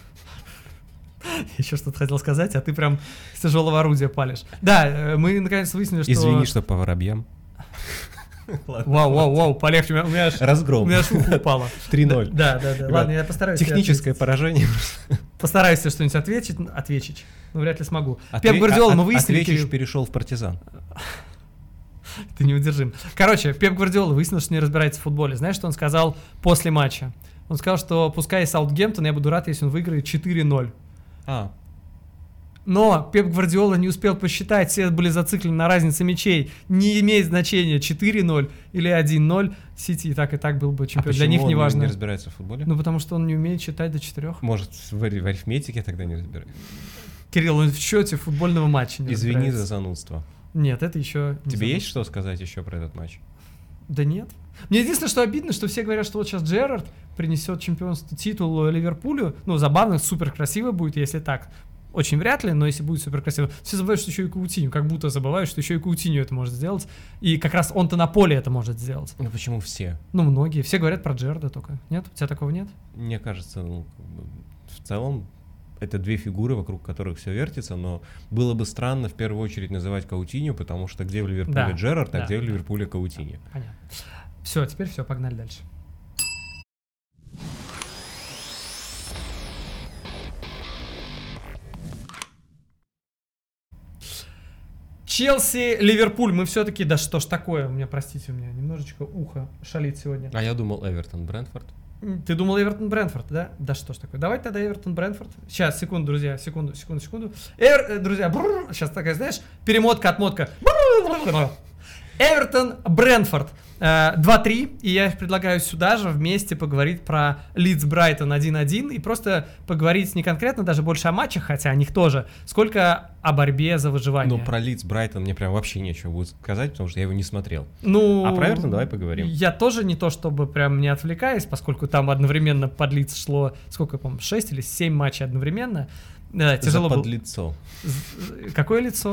Еще что-то хотел сказать, а ты прям с тяжелого орудия палишь. Да, мы наконец выяснили, что... Извини, что по воробьям. Вау, вау, вау, полегче, у меня, у меня аж... Разгром. У меня аж ухо упало. три ноль. Да, да, да. Ладно, я постараюсь... Техническое поражение. Постараюсь что-нибудь ответить, ответить. Ну, вряд ли смогу. Пеп Гвардиола мы выяснили... Ответишь, перешел в партизан. Ты неудержим. Короче, Пеп Гвардиола выяснил, что не разбирается в футболе. Знаешь, что он сказал после матча? Он сказал, что пускай Саутгемптон, я буду рад, если он выиграет четыре ноль. А. Но Пеп Гвардиола не успел посчитать, все были зациклены на разнице мячей. Не имеет значения четыре ноль или один ноль. Сити и так и так был бы чемпион. А Для них он не важно. не разбирается в футболе? Ну, потому что он не умеет считать до четырех. Может, в, в арифметике тогда не разбирается? Кирилл, он в счете футбольного матча не Извини разбирается. за занудство. Нет, это еще не Тебе занудство. есть что сказать еще про этот матч? Да нет. Мне единственное, что обидно, что все говорят, что вот сейчас Джерард принесет чемпионство, титул Ливерпулю. Ну, забавно, супер красиво будет, если так. Очень вряд ли, но если будет супер красиво. Все забывают, что еще и Каутиньо. Как будто забывают, что еще и Каутиньо это может сделать. И как раз он-то на поле это может сделать. Ну почему все? Ну, многие. Все говорят про Джерарда только. Нет? У тебя такого нет? Мне кажется, ну, как бы, в целом, это две фигуры, вокруг которых все вертится, но было бы странно в первую очередь называть Каутиньо, потому что где в Ливерпуле Да, Джерард, да, а где в да. Ливерпуле Каутиньо. Понятно. Все, теперь все, погнали дальше. Челси, Ливерпуль. Мы все-таки, да что ж такое, у меня, простите, у меня немножечко ухо шалит сегодня. А я думал Эвертон, Брентфорд. Ты думал Эвертон Брентфорд, да? Да что ж такое. Давайте тогда Эвертон Брентфорд. Сейчас, секунду, друзья, секунду, секунду, секунду. Эвер, э, друзья, бррр, сейчас такая, знаешь, перемотка, отмотка. Бррр. Эвертон Брентфорд. э, два три. И я предлагаю сюда же вместе поговорить про Лидс Брайтон один один. И просто поговорить не конкретно, даже больше о матчах, хотя о них тоже, сколько о борьбе за выживание. Ну, про Лидс Брайтон мне прям вообще нечего будет сказать, потому что я его не смотрел. Ну, А про Эвертон давай поговорим. Я тоже не то, чтобы прям не отвлекаюсь, поскольку там одновременно под Лидс шло, сколько, я помню, шесть или семь матчей одновременно. Да, тяжело За было. подлицо. Какое лицо?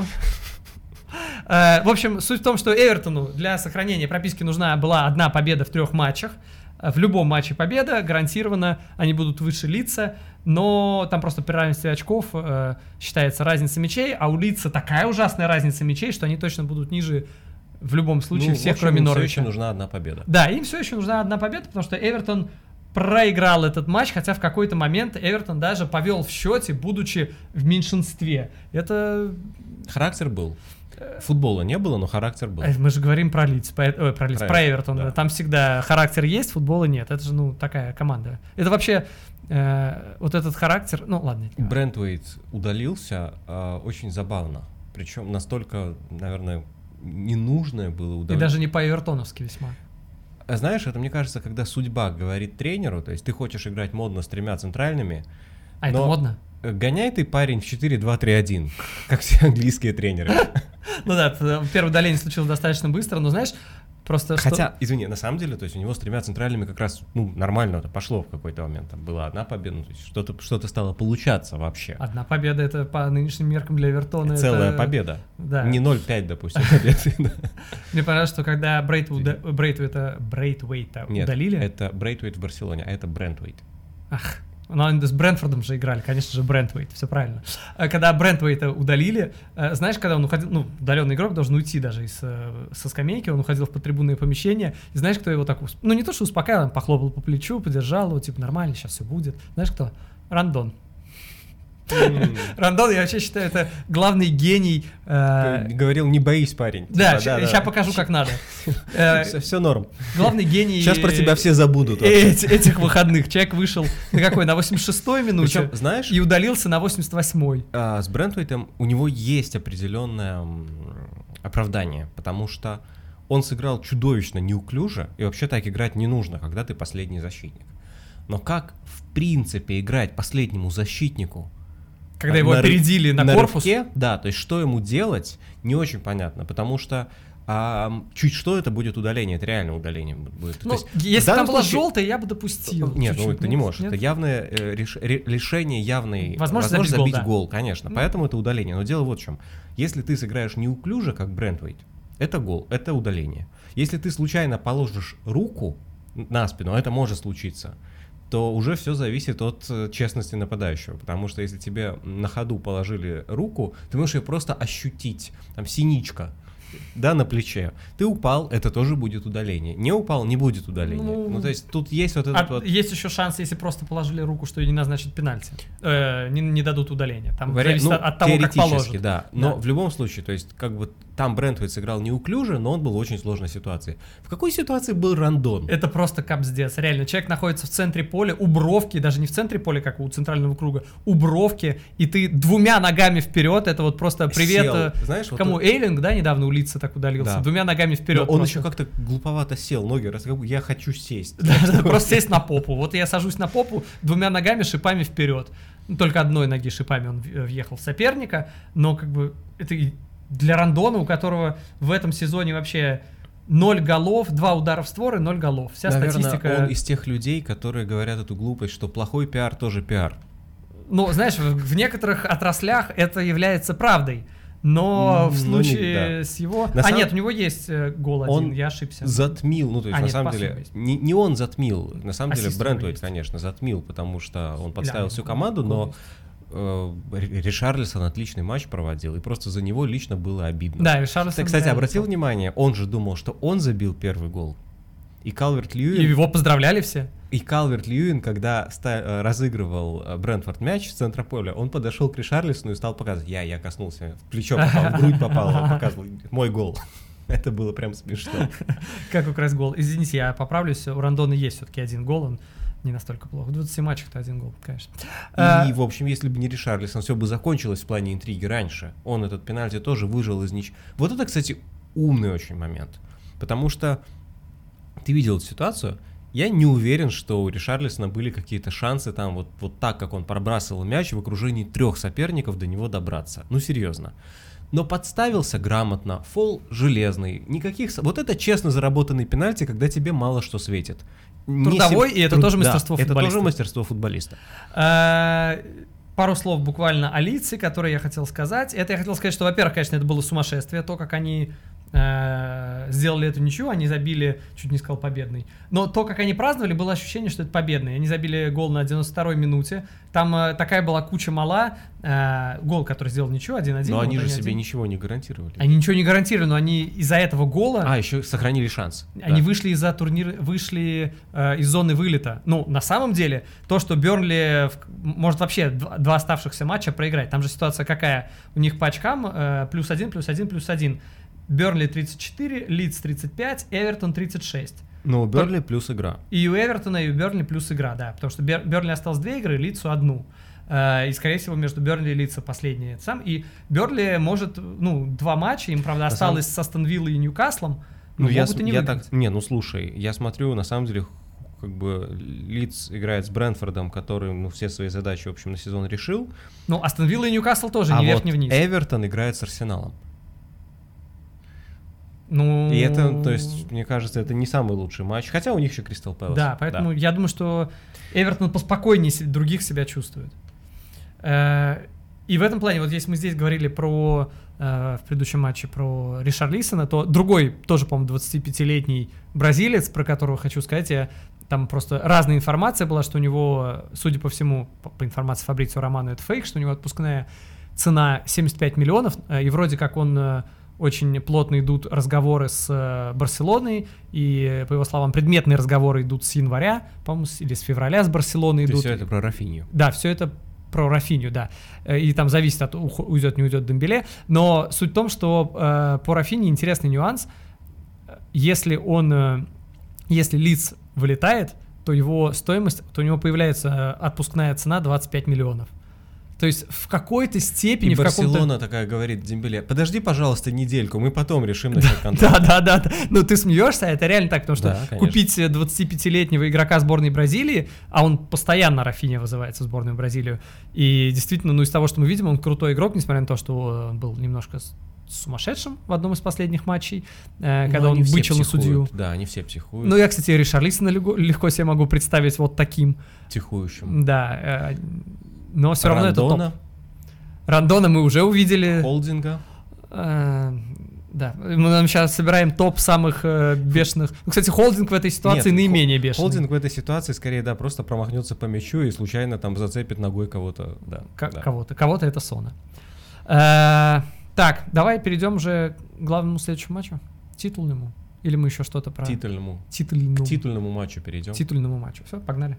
Э, В общем, суть в том, что Эвертону для сохранения прописки нужна была одна победа в трех матчах. Э, В любом матче победа гарантированно, они будут выше Лидса, но там просто при равенстве очков э, считается разница мячей, а у Лидса такая ужасная разница мячей, что они точно будут ниже в любом случае Ну, всех, в общем, кроме им всё Норвича. еще нужна одна победа. Да, им все еще нужна одна победа, потому что Эвертон проиграл этот матч, хотя в какой-то момент Эвертон даже повел в счете, будучи в меньшинстве. Это... Характер был. Футбола не было, но характер был. Э, Мы же говорим про Лидс, по- ой, про, Лидс, Про про Эвертон, Эвертон. да. Там всегда характер есть, футбола нет. Это же, ну, такая команда. Это вообще э, вот этот характер... Ну, ладно. это не важно. Брентвейт удалился а, очень забавно. Причем настолько, наверное, ненужное было И удаление. даже не по-эвертоновски весьма. А знаешь, это, мне кажется, когда судьба говорит тренеру, то есть ты хочешь играть модно с тремя центральными, А это но модно? гоняй ты, парень, в четыре два три один, как все английские тренеры. Ну да, т- первое удаление случилось достаточно быстро, но знаешь, просто что... Хотя, извини, на самом деле, то есть у него с тремя центральными как раз, ну, нормально это пошло в какой-то момент. Там была одна победа, ну, то есть что-то, что-то стало получаться вообще. Одна победа, это по нынешним меркам для Эвертона. Целая это- победа. Да. Не ноль пять, допустим, победы. да. Мне понравилось, что когда Брейтвуда- Брейтвейта Брейтвейта Нет, удалили... это Брейтвейт в Барселоне, а это Брентвейт. Ах, ну они с Брентфордом же играли, конечно же, Брентвейт, все правильно. А Когда Брентвейта удалили, э, знаешь, когда он уходил, ну, удаленный игрок должен уйти даже из, э, со скамейки, он уходил в подтрибунное помещение, и знаешь, кто его так, усп- ну, не то, что успокаивал, он похлопал по плечу, поддержал его, типа, нормально, сейчас все будет. Знаешь, кто? Рандон. Рандон, я вообще считаю, это главный гений. э, Говорил, не боись, парень. Да, Типа, сейчас покажу, как надо. Э, Все, все норм. Главный гений... Сейчас про тебя все забудут. вообще. эти- этих выходных. Человек вышел на какой? На восемьдесят шестой минуте Причем, знаешь, и удалился на восемьдесят восьмой. а, с Брентвейтом у него есть определенное м, оправдание, потому что он сыграл чудовищно неуклюже, и вообще так играть не нужно, когда ты последний защитник. Но как, в принципе, играть последнему защитнику? Когда его на ры- опередили на, корпус. рывке, да, то есть что ему делать, не очень понятно, потому что а, чуть что это будет удаление, это реально удаление будет. Ну, То есть, если в данном там была случае- желтая, я бы допустил. Нет, ну чуть-чуть, ты не можешь. Нет? Это явное э, реш- ре- лишение явной Возможность возможности забить забить гол, гол, да. конечно. Ну. Поэтому это удаление. Но дело вот в чем. Если ты сыграешь неуклюже, как Брентвейт, это гол, это удаление. Если ты случайно положишь руку на спину, это может случиться, то уже все зависит от э, честности нападающего. Потому что если тебе на ходу положили руку, ты можешь ее просто ощутить. Там синичка, да, на плече. Ты упал, это тоже будет удаление. Не упал, не будет удаления. Ну, Ну, то есть тут есть вот этот А вот... есть еще шанс, если просто положили руку, что и не назначат пенальти. Э, не, не дадут удаления. Там Вариант- зависит ну, от того, как теоретически, положат. да. Но Да. в любом случае, то есть, как бы там Брентвейт сыграл неуклюже, но он был в очень сложной ситуации. В какой ситуации был Рандон? Это просто капздец, реально. Человек находится в центре поля, у бровки, даже не в центре поля, как у центрального круга, у бровки, и ты двумя ногами вперед, это вот просто привет. Сел. Знаешь, кому? вот Эйлинг, да, недавно у Лица так удалился, да. двумя ногами вперед. Но он просто. еще как-то глуповато сел, ноги раз, как бы я хочу сесть. Просто сесть на попу. Вот я сажусь на попу, двумя ногами шипами вперед. Только одной ноги шипами он въехал в соперника, но как бы это для Рандона, у которого в этом сезоне вообще ноль голов, два удара в створ и ноль голов. Вся Наверное, статистика... он из тех людей, которые говорят эту глупость, что плохой пиар тоже пиар. Ну, знаешь, в, в некоторых отраслях это является правдой. Но в случае ну, не, да. с его... На а самом... нет, у него есть гол один, он я ошибся. затмил, ну то есть а, на нет, самом деле, не, не он затмил, на самом деле Брентвейт, конечно, затмил, потому что он подставил да, всю команду, но э, Ришарлисон отличный матч проводил, и просто за него лично было обидно. Да, Ришарлисон... Ты, кстати, да, обратил это... внимание, он же думал, что он забил первый гол. И Калверт-Льюин... И его поздравляли все. И Калверт-Льюин, когда ста- разыгрывал Брентфорд мяч с центра поля, он подошел к Ришарлисону и стал показывать, я, я коснулся, в плечо попал, в грудь попал, он показывал, мой гол. Это было прям смешно. Как украсть гол? Извините, я поправлюсь, у Рандона есть все-таки один гол, он не настолько плохо. В двадцати матчах-то один гол, конечно. И, в общем, если бы не Ришарлисон, все бы закончилось в плане интриги раньше. Он этот пенальти тоже выжил из ничего. Вот это, кстати, умный очень момент, потому что ты видел эту ситуацию, я не уверен, что у Ришарлисона были какие-то шансы там вот, вот так, как он пробрасывал мяч в окружении трех соперников до него добраться. Ну, серьезно. Но подставился грамотно, фол железный, никаких... Вот это честно заработанный пенальти, когда тебе мало что светит. Трудовой, Не... и это Труд... тоже мастерство да, футболиста. Это тоже мастерство футболиста. А... Пару слов буквально о Лидсе, которые я хотел сказать. Это я хотел сказать, что, во-первых, конечно, это было сумасшествие, то, как они э, сделали эту ничью, они забили, чуть не сказал победный, но то, как они праздновали, было ощущение, что это победный. Они забили гол на девяносто второй минуте, там э, такая была куча мала, э, гол, который сделал ничью, один-один. Но вот они же они себе один. ничего не гарантировали. Они ничего не гарантировали, но они из-за этого гола... А, еще сохранили шанс. Они да. вышли из-за турнира, вышли э, из зоны вылета. Ну, на самом деле, то, что Бернли может вообще два, два оставшихся матча проиграть. Там же ситуация какая? У них по очкам э, плюс один, плюс один, плюс один. Бернли тридцать четыре, Лидс тридцать пять, Эвертон тридцать шесть. Ну, у Бернли плюс игра. И у Эвертона, и у Бернли плюс игра, да. Потому что Бер, Бернли осталось две игры, Лидсу одну. И, скорее всего, между Бернли и Лидсом последний сам. И Бернли может, ну, два матча, им, правда, осталось с Астон Виллой и Ньюкаслом. Ну, я, и не я так... Не, ну, слушай, я смотрю, на самом деле, как бы Лидс играет с Брентфордом, который, ну, все свои задачи, в общем, на сезон решил. Ну, Астон Вилла и Ньюкасл тоже, а ни вверх, вот ни вниз. Эвертон играет с Арсеналом. Ну... И это, то есть, мне кажется, это не самый лучший матч, хотя у них еще Кристал Пэлас. Да, поэтому да. Я думаю, что Эвертон поспокойнее других себя чувствует. И в этом плане, вот если мы здесь говорили про, в предыдущем матче про Ришарлисона, то другой, тоже, по-моему, двадцатипятилетний бразилец, про которого хочу сказать, я, там просто разная информация была, что у него, судя по всему, по, по информации Фабрицио Романо, это фейк, что у него отпускная цена семьдесят пять миллионов, и вроде как он... Очень плотно идут разговоры с э, Барселоной, и, по его словам, предметные разговоры идут с января, по-моему, или с февраля с Барселоной идут. Все это про Рафинью. Да, все это про Рафинью, да. И там зависит от уйдет, не уйдет Дембеле. Но суть в том, что э, по Рафинье интересный нюанс. Если он, э, если Лидс вылетает, то его стоимость, то у него появляется отпускная цена двадцать пять миллионов. То есть в какой-то степени... И в Барселона каком-то... такая говорит Дембеле, подожди, пожалуйста, недельку, мы потом решим насчет контракта. Да, да, да. Ну ты смеешься, это реально так, потому что да, купить двадцатипятилетнего игрока сборной Бразилии, а он постоянно Рафинья вызывается в сборную Бразилию, и действительно, ну из того, что мы видим, он крутой игрок, несмотря на то, что он был немножко сумасшедшим в одном из последних матчей, э, когда он бычил на судью. Да, они все психуют. Ну я, кстати, Ришарлисона легко, легко себе могу представить вот таким. Психующим. Да, э, но все равно Рандона. это топ. Рандона мы уже увидели. Холдинга. А, да, мы нам сейчас собираем топ самых э, бешеных. Ну, кстати, Холдинг в этой ситуации Нет, наименее бешеный. Холдинг в этой ситуации скорее, да, просто промахнется по мячу и случайно там зацепит ногой кого-то. Да, К- да. Кого-то. Кого-то это Сона. А, так, давай перейдем уже к главному следующему матчу. Титульному. Или мы еще что-то про... Титульному. Титульному. К титульному матчу перейдем. Титульному матчу. Все, погнали.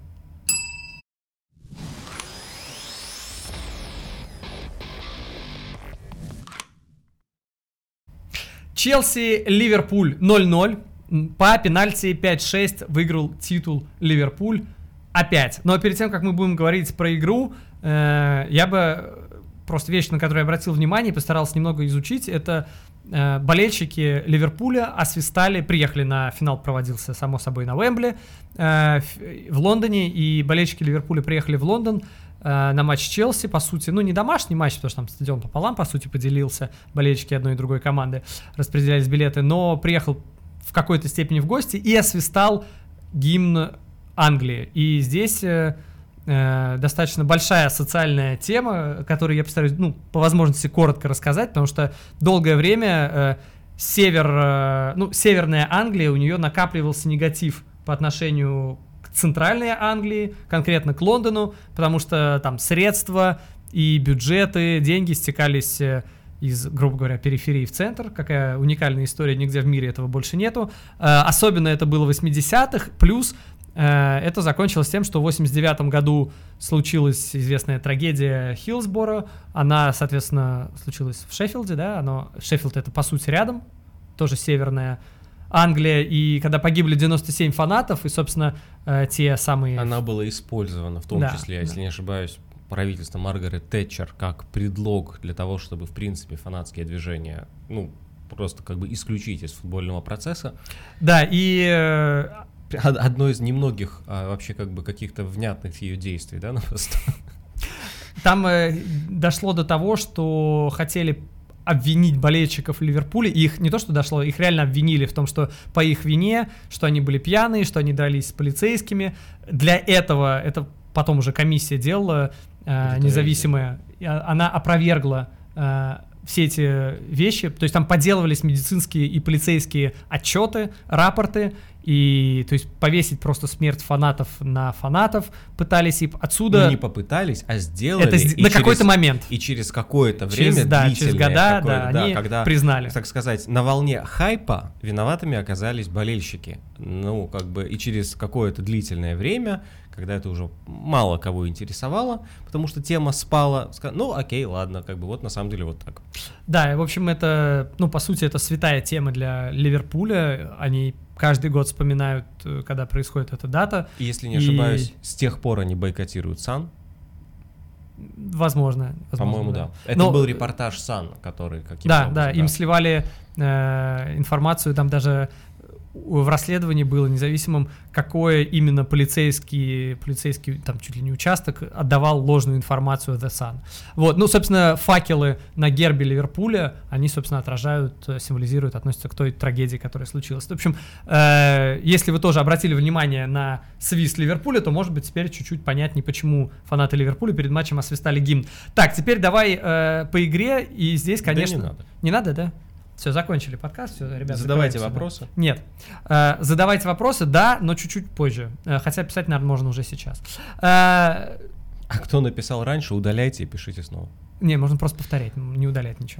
Челси, Ливерпуль ноль ноль. По пенальти пять шесть выиграл титул Ливерпуль опять. Но перед тем, как мы будем говорить про игру, э, я бы просто вещь, на которую я обратил внимание, постарался немного изучить, это э, болельщики Ливерпуля освистали, приехали на финал, проводился, само собой, на Уэмбли э, в, в Лондоне, и болельщики Ливерпуля приехали в Лондон э, на матч Челси, по сути, ну не домашний матч, потому что там стадион пополам, по сути, поделился, болельщики одной и другой команды распределялись билеты, но приехал в какой-то степени в гости и освистал гимн Англии. И здесь э, э, достаточно большая социальная тема, которую я постараюсь, ну, по возможности коротко рассказать, потому что долгое время э, север, э, ну, северная Англия, у нее накапливался негатив по отношению к центральной Англии, конкретно к Лондону, потому что там средства и бюджеты, деньги стекались э, из, грубо говоря, периферии в центр. Какая уникальная история, нигде в мире этого больше нету. Э, особенно это было в восьмидесятых, плюс э, это закончилось тем, что в восемьдесят девятом году случилась известная трагедия Хиллсборо. Она, соответственно, случилась в Шеффилде, да, оно, Шеффилд это по сути рядом, тоже северная Англия, и когда погибли девяносто семь фанатов, и, собственно, э, те самые... Она была использована, в том да, числе, да. если не ошибаюсь, правительство Маргарет Тэтчер как предлог для того, чтобы, в принципе, фанатские движения, ну, просто как бы исключить из футбольного процесса. Да, и... э, Одно из немногих а, вообще как бы каких-то внятных ее действий, да, ну просто... Там э, дошло до того, что хотели обвинить болельщиков Ливерпуля, и их не то что дошло, их реально обвинили в том, что по их вине, что они были пьяные, что они дрались с полицейскими. Для этого, это потом уже комиссия делала, э, независимая, она опровергла э, все эти вещи, то есть там подделывались медицинские и полицейские отчеты, рапорты, и то есть повесить просто смерть фанатов на фанатов пытались, и отсюда... Ну, не попытались, а сделали. Это с... на какой-то момент. И через какое-то через, время, да, через года, да, да, они когда, признали. Так сказать, на волне хайпа виноватыми оказались болельщики. Ну, как бы, и через какое-то длительное время, когда это уже мало кого интересовало, потому что тема спала, ну, окей, ладно, как бы вот на самом деле вот так. Да, в общем, это, ну, по сути, это святая тема для Ливерпуля, они каждый год вспоминают, когда происходит эта дата. И если не и... ошибаюсь, с тех пор они бойкотируют Сан. Возможно. возможно По-моему, да. да. Это Но... был репортаж Сан, который каким-то Да, образом, да, да, им сливали э, информацию, там даже в расследовании было независимым, какое именно полицейский, полицейский там чуть ли не участок отдавал ложную информацию The Sun. Вот, ну, собственно, факелы на гербе Ливерпуля, они, собственно, отражают, символизируют, относятся к той трагедии, которая случилась. В общем, э, если вы тоже обратили внимание на свист Ливерпуля, то, может быть, теперь чуть-чуть понятнее, почему фанаты Ливерпуля перед матчем освистали гимн. Так, теперь давай э, по игре, и здесь, конечно... Да не надо. Не надо, да? Все, закончили подкаст, все, ребята. Задавайте вопросы. Нет. Э, задавайте вопросы, да, но чуть-чуть позже. Э, хотя писать, наверное, можно уже сейчас. Э, а кто написал раньше, удаляйте и пишите снова. Не, можно просто повторять, не удалять ничего.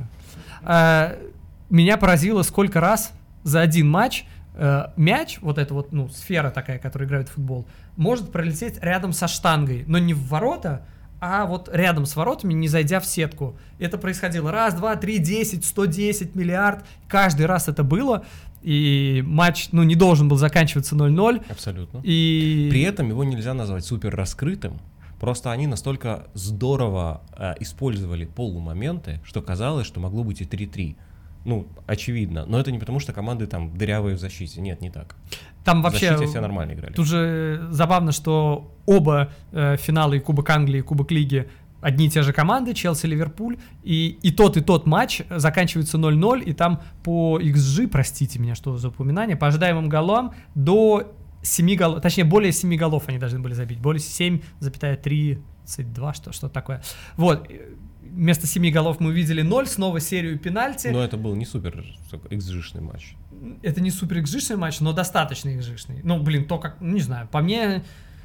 Э, меня поразило, сколько раз за один матч э, мяч, вот эта вот, ну, сфера такая, которая играет в футбол, может пролететь рядом со штангой, но не в ворота, а вот рядом с воротами, не зайдя в сетку. Это происходило раз, два, три, десять, сто десять, миллиард. Каждый раз это было. И матч, ну, не должен был заканчиваться ноль ноль. Абсолютно. И... При этом его нельзя назвать супер раскрытым. Просто они настолько здорово э, использовали полумоменты, что казалось, что могло быть и три-три. Ну, очевидно. Но это не потому, что команды там дырявые в защите. Нет, не так. Там вообще... В защите все нормально играли. Тут же забавно, что оба э, финалы, и Кубок Англии, и Кубок Лиги, одни и те же команды, Челси, Ливерпуль, и, и тот, и тот матч заканчивается ноль ноль, и там по икс джи, простите меня, что за упоминание, по ожидаемым голам до семи голов, точнее, более семи голов они должны были забить, более семь целых тридцать два, что, что такое. Вот. Вместо семи голов мы увидели ноль, снова серию пенальти. Но это был не супер икс джи-шный матч. Это не супер икс джи-шный матч, но достаточно икс джи-шный. Ну, блин, то как, ну, не знаю, по мне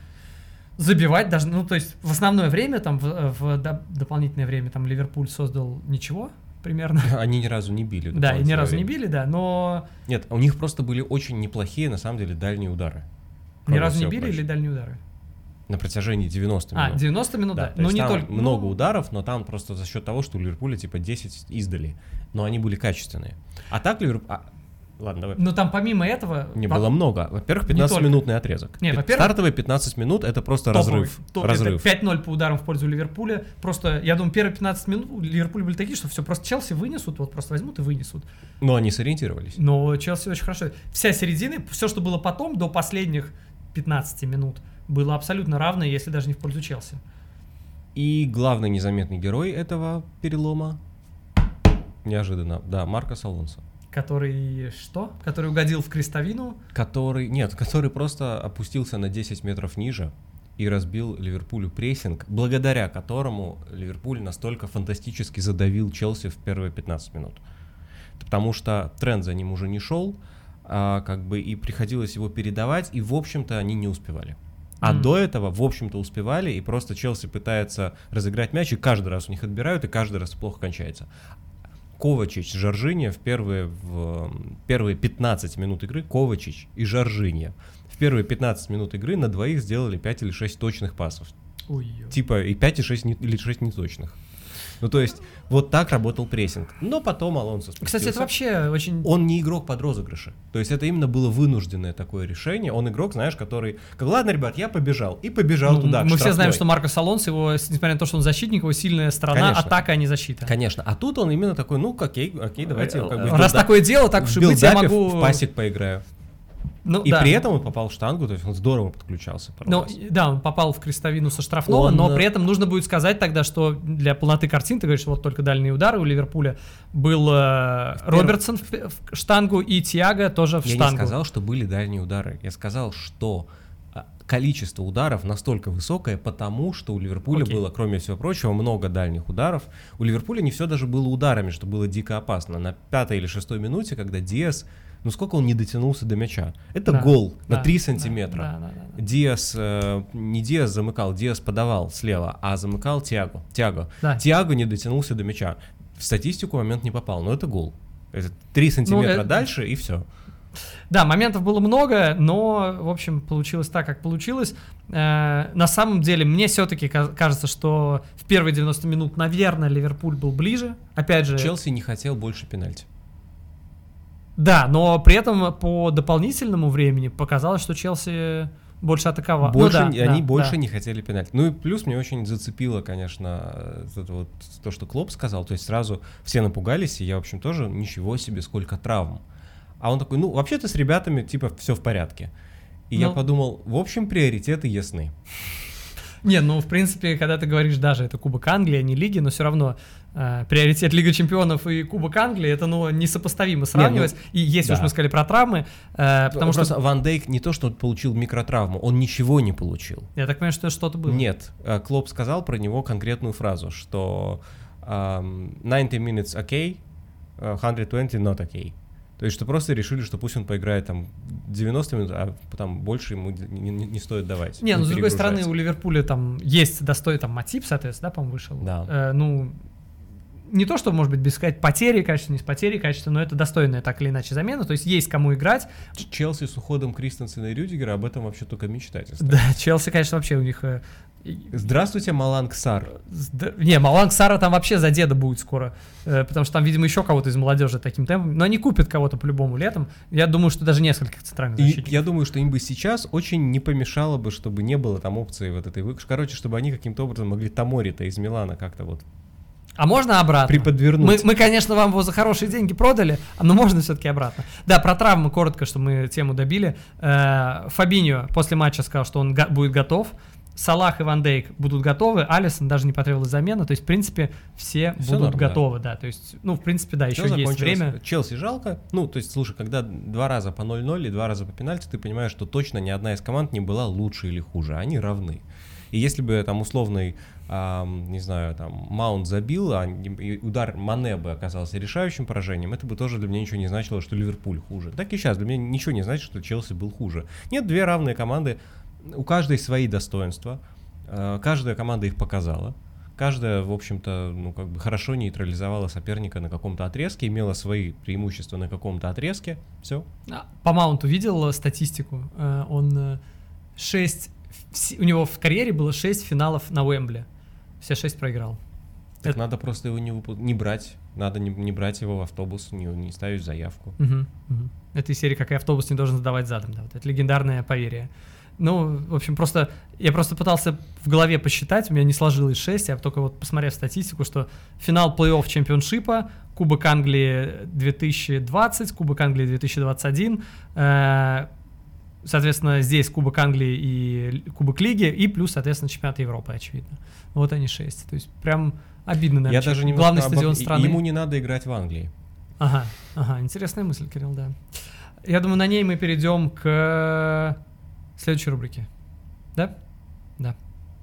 забивать даже, ну, то есть в основное время, там, в, в до, дополнительное время, там, Ливерпуль создал ничего, примерно. Они ни разу не били. Да, и ни разу не били, да, но... Нет, у них просто были очень неплохие, на самом деле, дальние удары. Ни разу не били или дальние удары? На протяжении девяноста минут. А, девяносто минут, да. да. Но есть не там только. много ну... ударов, но там просто за счет того, что у Ливерпуля типа десять издали. Но они были качественные. А так Ливерпуль... А... Ладно, давай. Но там помимо этого... Не было много. Во-первых, пятнадцатиминутный отрезок. Не, во-первых... Стартовые пятнадцать минут — это просто топовый, разрыв. Топ, разрыв. Это пять ноль по ударам в пользу Ливерпуля. Просто, я думаю, первые пятнадцать минут у Ливерпуля были такие, что все, просто Челси вынесут, вот просто возьмут и вынесут. Но они сориентировались. Но Челси очень хорошо. Вся середина, все, что было потом, до последних пятнадцати минут, было абсолютно равно, если даже не в пользу Челси. И главный незаметный герой этого перелома, неожиданно, да, Маркос Алонсо. Который что? Который угодил в крестовину? Который, нет, который просто опустился на десять метров ниже и разбил Ливерпулю прессинг, благодаря которому Ливерпуль настолько фантастически задавил Челси в первые пятнадцать минут. Потому что тренд за ним уже не шел, а, как бы и приходилось его передавать, и в общем-то они не успевали. А mm. до этого, в общем-то, успевали, и просто Челси пытается разыграть мяч, и каждый раз у них отбирают, и каждый раз плохо кончается. Ковачич, Жоржинья в первые, в первые пятнадцать минут игры, Ковачич и Жоржинья в первые пятнадцать минут игры на двоих сделали пять или шесть точных пасов. Ой-ой. Типа и пять и шесть не, или шесть неточных. Ну, то есть, вот так работал прессинг. Но потом Алонсо спустился. Кстати, это вообще очень... Он не игрок под розыгрыши. То есть, это именно было вынужденное такое решение. Он игрок, знаешь, который... Как, ладно, ребят, я побежал. И побежал ну, туда, Мы все знаем, что Маркос Алонсо, его, несмотря на то, что он защитник, его сильная сторона, Конечно. Атака, а не защита. Конечно. А тут он именно такой, ну, окей, окей, давайте... Как бы, Раз такое дело, так уж и быть, я могу... в пасик поиграю. Ну, и да. при этом он попал в штангу, то есть он здорово подключался. Ну, да, он попал в крестовину со штрафного, он... но при этом нужно будет сказать тогда, что для полноты картин, ты говоришь, вот только дальние удары у Ливерпуля, был э, Робертсон в, в штангу и Тиаго тоже в Я штангу. Я не сказал, что были дальние удары, я сказал, что количество ударов настолько высокое, потому что у Ливерпуля okay. было, кроме всего прочего, много дальних ударов. У Ливерпуля не все даже было ударами, что было дико опасно. На пятой или шестой минуте, когда Диас... Ну сколько он не дотянулся до мяча? Это да, гол да, на три сантиметра. Да, да, да, да. Диас, э, не Диас замыкал, Диас подавал слева, а замыкал Тиаго. Тиаго. Да. Тиаго не дотянулся до мяча. В статистику момент не попал, но это гол. Это три сантиметра ну, это... дальше и все. Да, моментов было много, но, в общем, получилось так, как получилось. Э, на самом деле, мне все-таки кажется, что в первые девяносто минут, наверное, Ливерпуль был ближе. Опять же... Челси не хотел больше пенальти. Да, но при этом по дополнительному времени показалось, что Челси больше атаковал. Больше, ну, да, они да, больше да. не хотели пенальти. Ну и плюс мне очень зацепило, конечно, это вот то, что Клоп сказал. То есть сразу все напугались, и я, в общем, тоже ничего себе, сколько травм. А он такой, ну, вообще-то с ребятами, типа, все в порядке. И ну, я подумал, в общем, приоритеты ясны. Не, ну, в принципе, когда ты говоришь, даже это Кубок Англии, а не лиги, но все равно э, приоритет Лига Чемпионов и Кубок Англии, это, ну, несопоставимо сравнивать. Не, ну, и если да. уж мы сказали про травмы, э, потому Просто что... Ван Дейк не то, что он получил микротравму, он ничего не получил. Я так понимаю, что что-то было. Нет, Клоп сказал про него конкретную фразу, что um, ninety minutes okay, one twenty not okay. То есть, что просто решили, что пусть он поиграет там девяносто минут, а там больше ему не, не, не стоит давать. Не, ну, с другой стороны, у Ливерпуля там есть достойный, там, Матип, соответственно, да, по-моему, вышел. Да. Э, ну, не то, что, может быть, без сказать потери качества, не с потерей качества, но это достойная так или иначе замена, то есть есть кому играть. Челси с уходом Кристенсена и Рюдигера об этом вообще только мечтать осталось. Да, Челси, конечно, вообще у них... Здравствуйте, Маланг Сар. Не, Маланг Сара там вообще за деда будет скоро, потому что там, видимо, еще кого-то из молодежи таким темпом, но они купят кого-то по-любому летом. Я думаю, что даже нескольких центральных защитников. И я думаю, что им бы сейчас очень не помешало бы, чтобы не было там опции вот этой выкупки. Короче, чтобы они каким-то образом могли Томори-то из Милана как-то вот... А можно обратно? Приподвернуть. Мы, мы, конечно, вам его за хорошие деньги продали, но можно все-таки обратно. Да, про травмы коротко, что мы тему добили. Э, Фабиньо после матча сказал, что он го- будет готов. Салах и Ван Дейк будут готовы, Алисон даже не потребовалась замена, то есть, в принципе, все, все будут норм, готовы, да. да, то есть, ну, в принципе, да, еще есть время. Челси жалко, ну, то есть, слушай, когда два раза по ноль ноль и два раза по пенальти, ты понимаешь, что точно ни одна из команд не была лучше или хуже, они равны. И если бы там условный, а, не знаю, там, Маунт забил, а удар Мане бы оказался решающим поражением, это бы тоже для меня ничего не значило, что Ливерпуль хуже. Так и сейчас для меня ничего не значит, что Челси был хуже. Нет, две равные команды, у каждой свои достоинства, каждая команда их показала, каждая, в общем-то, ну, как бы хорошо нейтрализовала соперника на каком-то отрезке, имела свои преимущества на каком-то отрезке, все. По Маунту видел статистику, он шесть у него в карьере было шесть финалов на Уэмбли. Все шесть проиграл. Так Это... надо просто его не, выпу... не брать. Надо не, не брать его в автобус, не, не ставить заявку. Угу, угу. Это из серии «Как и автобус не должен сдавать задом». Да, вот это легендарное поверье. Ну, в общем, просто я просто пытался в голове посчитать, у меня не сложилось шесть, я только вот посмотрев статистику, что финал плей-офф чемпионшипа, Кубок Англии две тысячи двадцать, Кубок Англии две тысячи двадцать один, э, соответственно, здесь Кубок Англии и Кубок Лиги, и плюс, соответственно, чемпионат Европы, очевидно. Вот они шесть. То есть прям обидно, наверное. Я даже главный обо... стадион страны. Ему не надо играть в Англии. Ага, ага, интересная мысль, Кирилл, да. Я думаю, на ней мы перейдем к следующей рубрике. Да? Да.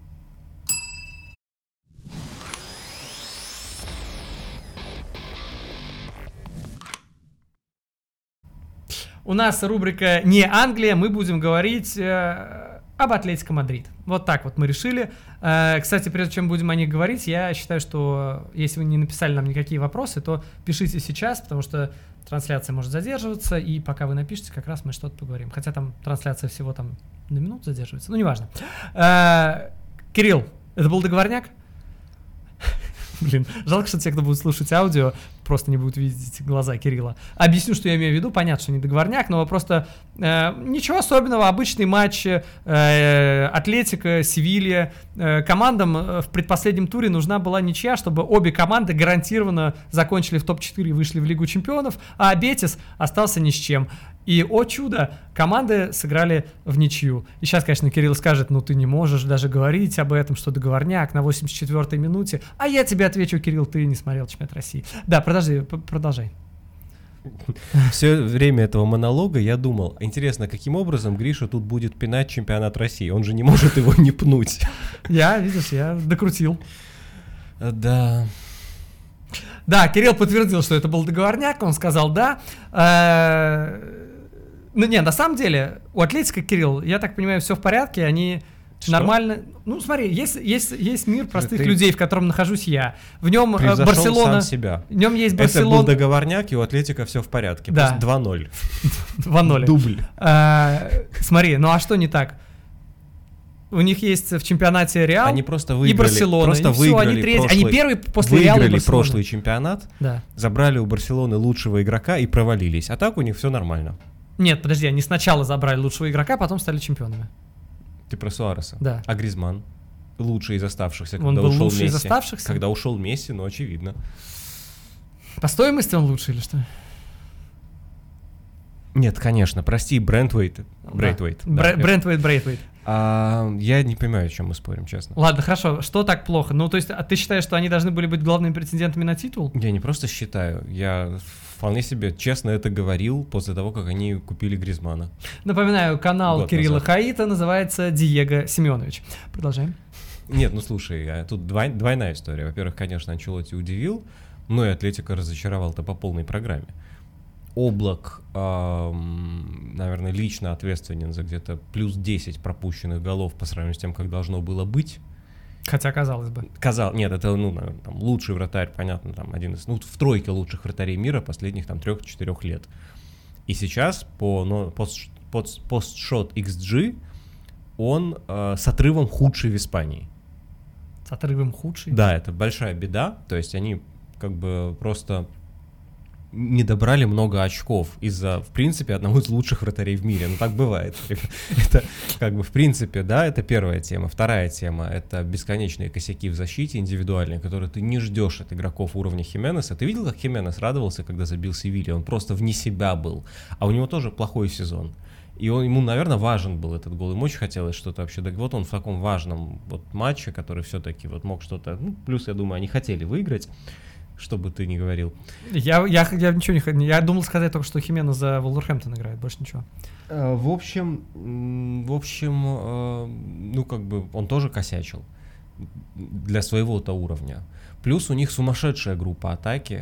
У нас рубрика «Не Англия», мы будем говорить э, об Атлетико Мадрид. Вот так вот мы решили. Э, кстати, прежде чем будем о них говорить, я считаю, что если вы не написали нам никакие вопросы, то пишите сейчас, потому что трансляция может задерживаться, и пока вы напишите, как раз мы что-то поговорим. Хотя там трансляция всего там на минуту задерживается, ну неважно. Э, Кирилл, это был договорняк? Блин, жалко, что те, кто будет слушать аудио, просто не будут видеть глаза Кирилла. Объясню, что я имею в виду. Понятно, что не договорняк, но просто э, ничего особенного. Обычный матч э, Атлетико, Севилья. Э, командам в предпоследнем туре нужна была ничья, чтобы обе команды гарантированно закончили в топ четыре и вышли в Лигу чемпионов, а Бетис остался ни с чем. И, о чудо, команды сыграли в ничью. И сейчас, конечно, Кирилл скажет, ну ты не можешь даже говорить об этом, что договорняк на восемьдесят четвёртой минуте. А я тебе отвечу, Кирилл, ты не смотрел чемпионат России. Да, подожди, продолжай. Все время этого монолога я думал, интересно, каким образом Гриша тут будет пинать чемпионат России? Он же не может его не пнуть. Я, видишь, я докрутил. Да... Да, Кирилл подтвердил, что это был договорняк, он сказал да. Ну не, на самом деле, у Атлетико, Кирилл, я так понимаю, все в порядке, они что? Нормально... Ну смотри, есть, есть, есть мир простых Ты людей, в котором нахожусь я. В нем Барселона... сам себя. В нем есть Барселона... Это был договорняк, и у Атлетико все в порядке. Да. два ноль. два ноль. Дубль. А, смотри, ну а что не так? У них есть в чемпионате Реал они просто выиграли, и Барселона. Просто и все, выиграли они, третьи, прошлый, они первые после Реала и выиграли Барселоны. прошлый чемпионат, да. Забрали у Барселоны лучшего игрока и провалились. А так у них все нормально. Нет, подожди, они сначала забрали лучшего игрока, потом стали чемпионами. Ты про Суареса? Да. А Гризманн? Лучший из оставшихся, когда он был ушел лучший Месси. из оставшихся? Когда ушел Месси, ну очевидно. По стоимости он лучший или что? Нет, конечно, прости, Брентвейт. Брейтвейт. Да. Брентвейт, Брейтвейт. А, я не понимаю, о чем мы спорим, честно. Ладно, хорошо, что так плохо? Ну, то есть, а ты считаешь, что они должны были быть главными претендентами на титул? Я не просто считаю, я вполне себе честно это говорил после того, как они купили Гризманна. Напоминаю, канал Год Кирилла назад. Хаита называется Диего Семенович. Продолжаем. Нет, ну слушай, тут двой, двойная история. Во-первых, конечно, Анчелотти удивил, но и Атлетико разочаровал-то по полной программе. Облак, эм, наверное, лично ответственен за где-то плюс десять пропущенных голов по сравнению с тем, как должно было быть. Хотя, казалось бы. Казал, нет, это, ну, наверное, там, лучший вратарь, понятно, там, один из, ну, в тройке лучших вратарей мира последних, там, трех-четырех лет. И сейчас по ну, пост, пост, постшот икс джи он э, с отрывом худший в Испании. С отрывом худший? Да, это большая беда, то есть они как бы просто... не добрали много очков из-за, в принципе, одного из лучших вратарей в мире. Ну, так бывает. Это, как бы, в принципе, да, это первая тема. Вторая тема — это бесконечные косяки в защите индивидуальные, которые ты не ждешь от игроков уровня Хименеса. Ты видел, как Хименес радовался, когда забил Севилья? Он просто вне себя был. А у него тоже плохой сезон. И он, ему, наверное, важен был этот гол. Ему очень хотелось что-то вообще. Так вот он в таком важном вот матче, который все-таки вот мог что-то... Ну, плюс, я думаю, они хотели выиграть. Что бы ты ни говорил. Я, я, я ничего не хотел. Я думал сказать только, что Хименес за Вулверхэмптон играет, больше ничего. Uh, в общем, в общем, uh, ну как бы он тоже косячил для своего-то уровня. Плюс у них сумасшедшая группа атаки,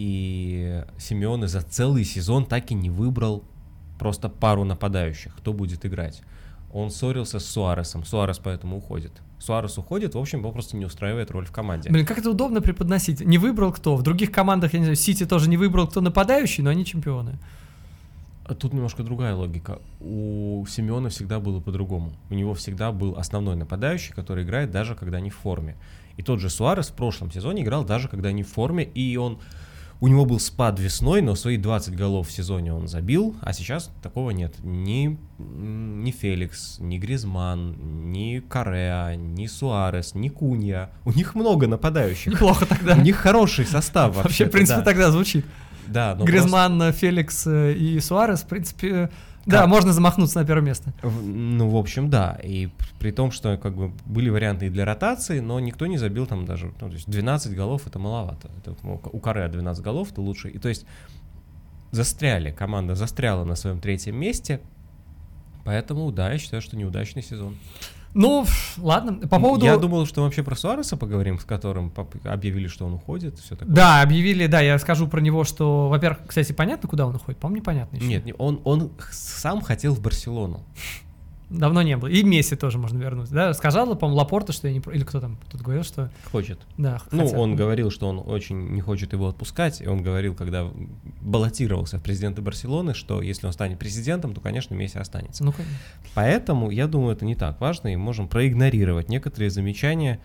и Симеоне за целый сезон так и не выбрал просто пару нападающих, кто будет играть. Он ссорился с Суаресом, Суарес поэтому уходит. Суарес уходит, в общем, его просто не устраивает роль в команде. Блин, как это удобно преподносить. Не выбрал кто. В других командах, я не знаю, Сити тоже не выбрал кто нападающий, но они чемпионы. А тут немножко другая логика. У Симеона всегда было по-другому. У него всегда был основной нападающий, который играет даже когда не в форме. И тот же Суарес в прошлом сезоне играл даже когда не в форме, и он... У него был спад весной, но свои двадцать голов в сезоне он забил, а сейчас такого нет. Ни, ни Феликс, ни Гризман, ни Корреа, ни Суарес, ни Кунья. У них много нападающих. Неплохо тогда. У них хороший состав вообще. Вообще, в принципе, да. тогда звучит. Да, но Гризман, просто... Феликс и Суарес, в принципе, как? Да, можно замахнуться на первое место. В, ну, в общем, да. И при том, что как бы были варианты и для ротации, но никто не забил там даже, ну, то есть двенадцать голов это маловато. Это, ну, у Корреа двенадцать голов, это лучше. И то есть застряли, команда застряла на своем третьем месте, поэтому, да, я считаю, что неудачный сезон. Ну, ладно, по поводу... Я думал, что мы вообще про Суареса поговорим, с которым объявили, что он уходит, все такое. Да, объявили, да, я скажу про него, что, во-первых, кстати, понятно, куда он уходит? По-моему, непонятно еще. Нет, он, он сам хотел в Барселону. Давно не было. И Месси тоже можно вернуть, да? Сказал, по-моему, Лапорта, что я не... Или кто там тут говорил, что... Хочет. Да, Ну, хотят. Он говорил, что он очень не хочет его отпускать, и он говорил, когда баллотировался в президенты Барселоны, что если он станет президентом, то, конечно, Месси останется. Ну, конечно. Поэтому, я думаю, это не так важно, и можем проигнорировать некоторые замечания.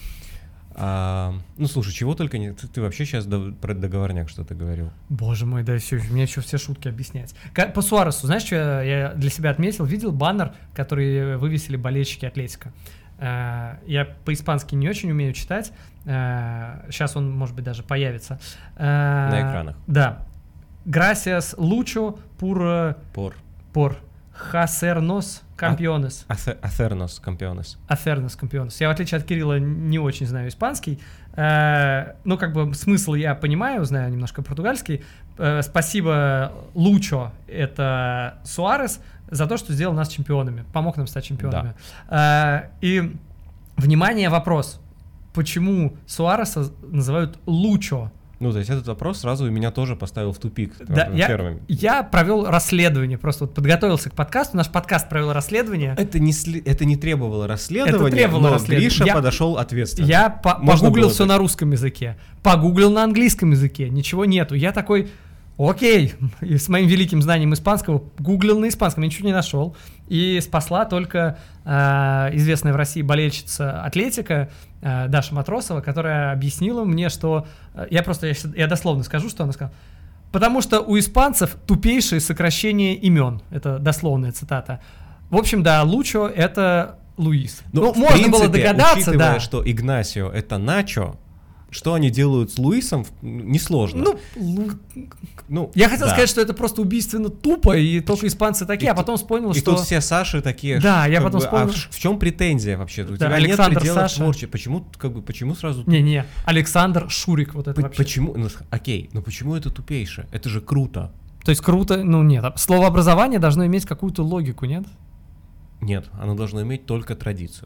А, ну, слушай, чего только не... Ты, ты вообще сейчас до, про договорняк что-то говорил. Боже мой, да все, мне еще все шутки объяснять. Как, по Суаресу, знаешь, что я, я для себя отметил? Видел баннер, который вывесили болельщики Атлетико. Uh, я по-испански не очень умею читать. Uh, сейчас он, может быть, даже появится. Uh, На экранах. Да. Gracias, Lucho, por... Por. Por. Hacernos campeones. Hacernos campeones. Hacernos campeones. Я, в отличие от Кирилла, не очень знаю испанский. Э, ну, как бы смысл я понимаю, знаю немножко португальский. Э, спасибо Лучо, это Суарес, за то, что сделал нас чемпионами, помог нам стать чемпионами. Да. Э, и, внимание, вопрос. Почему Суареса называют Лучо? Ну, то есть этот вопрос сразу меня тоже поставил в тупик. Да, я, я провел расследование, просто вот подготовился к подкасту, наш подкаст провел расследование. Это не, это не требовало расследования, это требовало но расследования. Гриша я, подошел ответственно. Я по- погуглил все на русском языке, погуглил на английском языке, ничего нету. Я такой, окей, и с моим великим знанием испанского гуглил на испанском, ничего не нашел. И спасла только э, известная в России болельщица Атлетико э, Даша Матросова, которая объяснила мне, что... Э, я просто, я, я дословно скажу, что она сказала. Потому что у испанцев тупейшие сокращения имен. Это дословная цитата. В общем, да, Лучо — это Луис. Ну, ну можно принципе, было догадаться, учитывая, да. что Игнасио — это Начо, что они делают с Луисом, несложно. Ну, лу... ну я хотел да. сказать, что это просто убийственно тупо, и только испанцы такие, и а потом вспомнил, и что... И тут все Саши такие... Да, я потом бы, вспомнил... А в чем претензия вообще? У да, тебя Александр нет предела Саша. творчества. Почему, как бы, почему сразу... Не-не, Александр Шурик, вот это П- вообще. Почему? Ну, окей, но почему это тупейше? Это же круто. То есть круто, ну нет, словообразование должно иметь какую-то логику, нет? Нет, оно должно иметь только традицию.